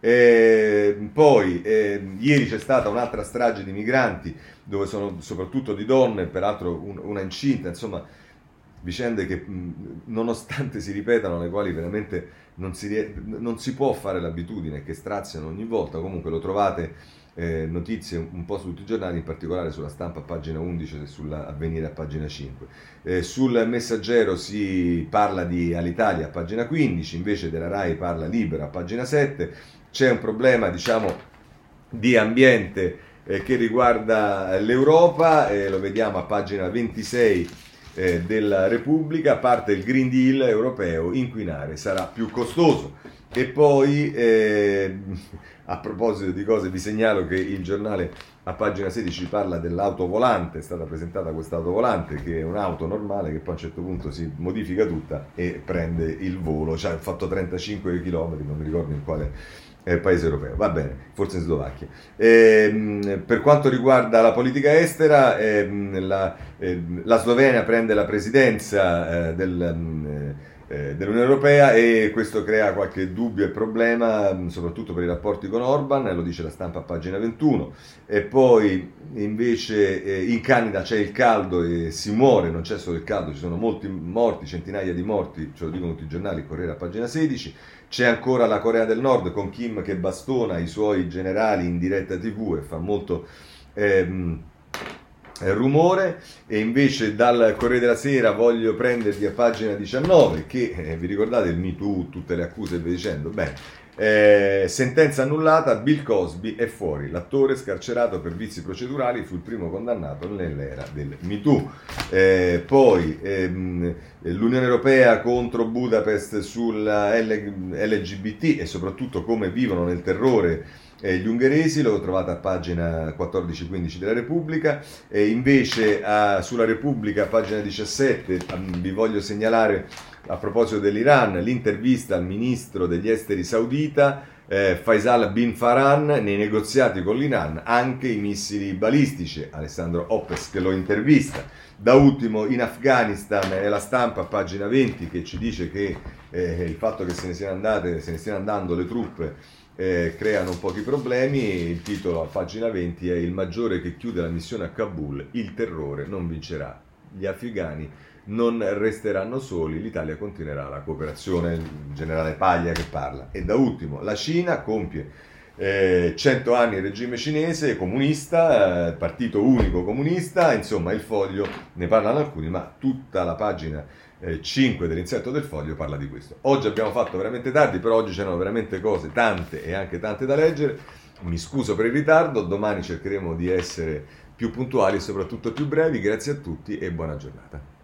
Poi ieri c'è stata un'altra strage di migranti, dove sono soprattutto di donne, peraltro una incinta, insomma vicende che nonostante si ripetano, alle quali veramente non si può fare l'abitudine, che straziano ogni volta. Comunque lo trovate notizie un po' su tutti i giornali, in particolare sulla Stampa a pagina 11 e sull'Avvenire a pagina 5. Sul Messaggero si parla di Alitalia a pagina 15, invece della Rai parla Libera a pagina 7. C'è un problema, diciamo, di ambiente che riguarda l'Europa, lo vediamo a pagina 26 della Repubblica. A parte il Green Deal europeo, inquinare sarà più costoso. E poi a proposito di cose, vi segnalo che il Giornale a pagina 16 parla dell'autovolante. È stata presentata questa autovolante, che è un'auto normale che poi a un certo punto si modifica tutta e prende il volo, cioè ha fatto 35 km, non mi ricordo in quale paese europeo, va bene, forse in Slovacchia. Per quanto riguarda la politica estera, la Slovenia prende la presidenza dell'Unione Europea, e questo crea qualche dubbio e problema, soprattutto per i rapporti con Orban, lo dice la Stampa a pagina 21. E poi invece in Canada c'è il caldo e si muore, non c'è solo il caldo, ci sono molti morti, centinaia di morti, ce lo dicono tutti i giornali, Corriere a pagina 16. C'è ancora la Corea del Nord con Kim che bastona i suoi generali in diretta TV e fa molto rumore. E invece dal Corriere della Sera voglio prendervi a pagina 19 che vi ricordate il Me Too, tutte le accuse e via dicendo. Sentenza annullata, Bill Cosby è fuori, l'attore scarcerato per vizi procedurali fu il primo condannato nell'era del Me Too. Poi l'Unione Europea contro Budapest sulla LGBT e soprattutto come vivono nel terrore gli ungheresi, lo trovate a pagina 14-15 della Repubblica. Invece sulla Repubblica a pagina 17 vi voglio segnalare, a proposito dell'Iran, l'intervista al ministro degli esteri saudita Faisal bin Farhan: nei negoziati con l'Iran anche i missili balistici. Alessandro Oppes che lo intervista. Da ultimo in Afghanistan è la Stampa a pagina 20 che ci dice che il fatto che se ne stiano andando le truppe creano pochi problemi. Il titolo a pagina 20 è: il maggiore che chiude la missione a Kabul, il terrore non vincerà, gli afghani non resteranno soli, l'Italia continuerà la cooperazione. Il generale Paglia che parla. E da ultimo, la Cina compie 100 anni il regime cinese comunista, partito unico comunista, insomma il Foglio ne parlano alcuni, ma tutta la pagina 5 dell'inserto del Foglio parla di questo. Oggi abbiamo fatto veramente tardi, però oggi c'erano veramente cose tante e anche tante da leggere. Mi scuso per il ritardo, domani cercheremo di essere più puntuali e soprattutto più brevi. Grazie a tutti e buona giornata.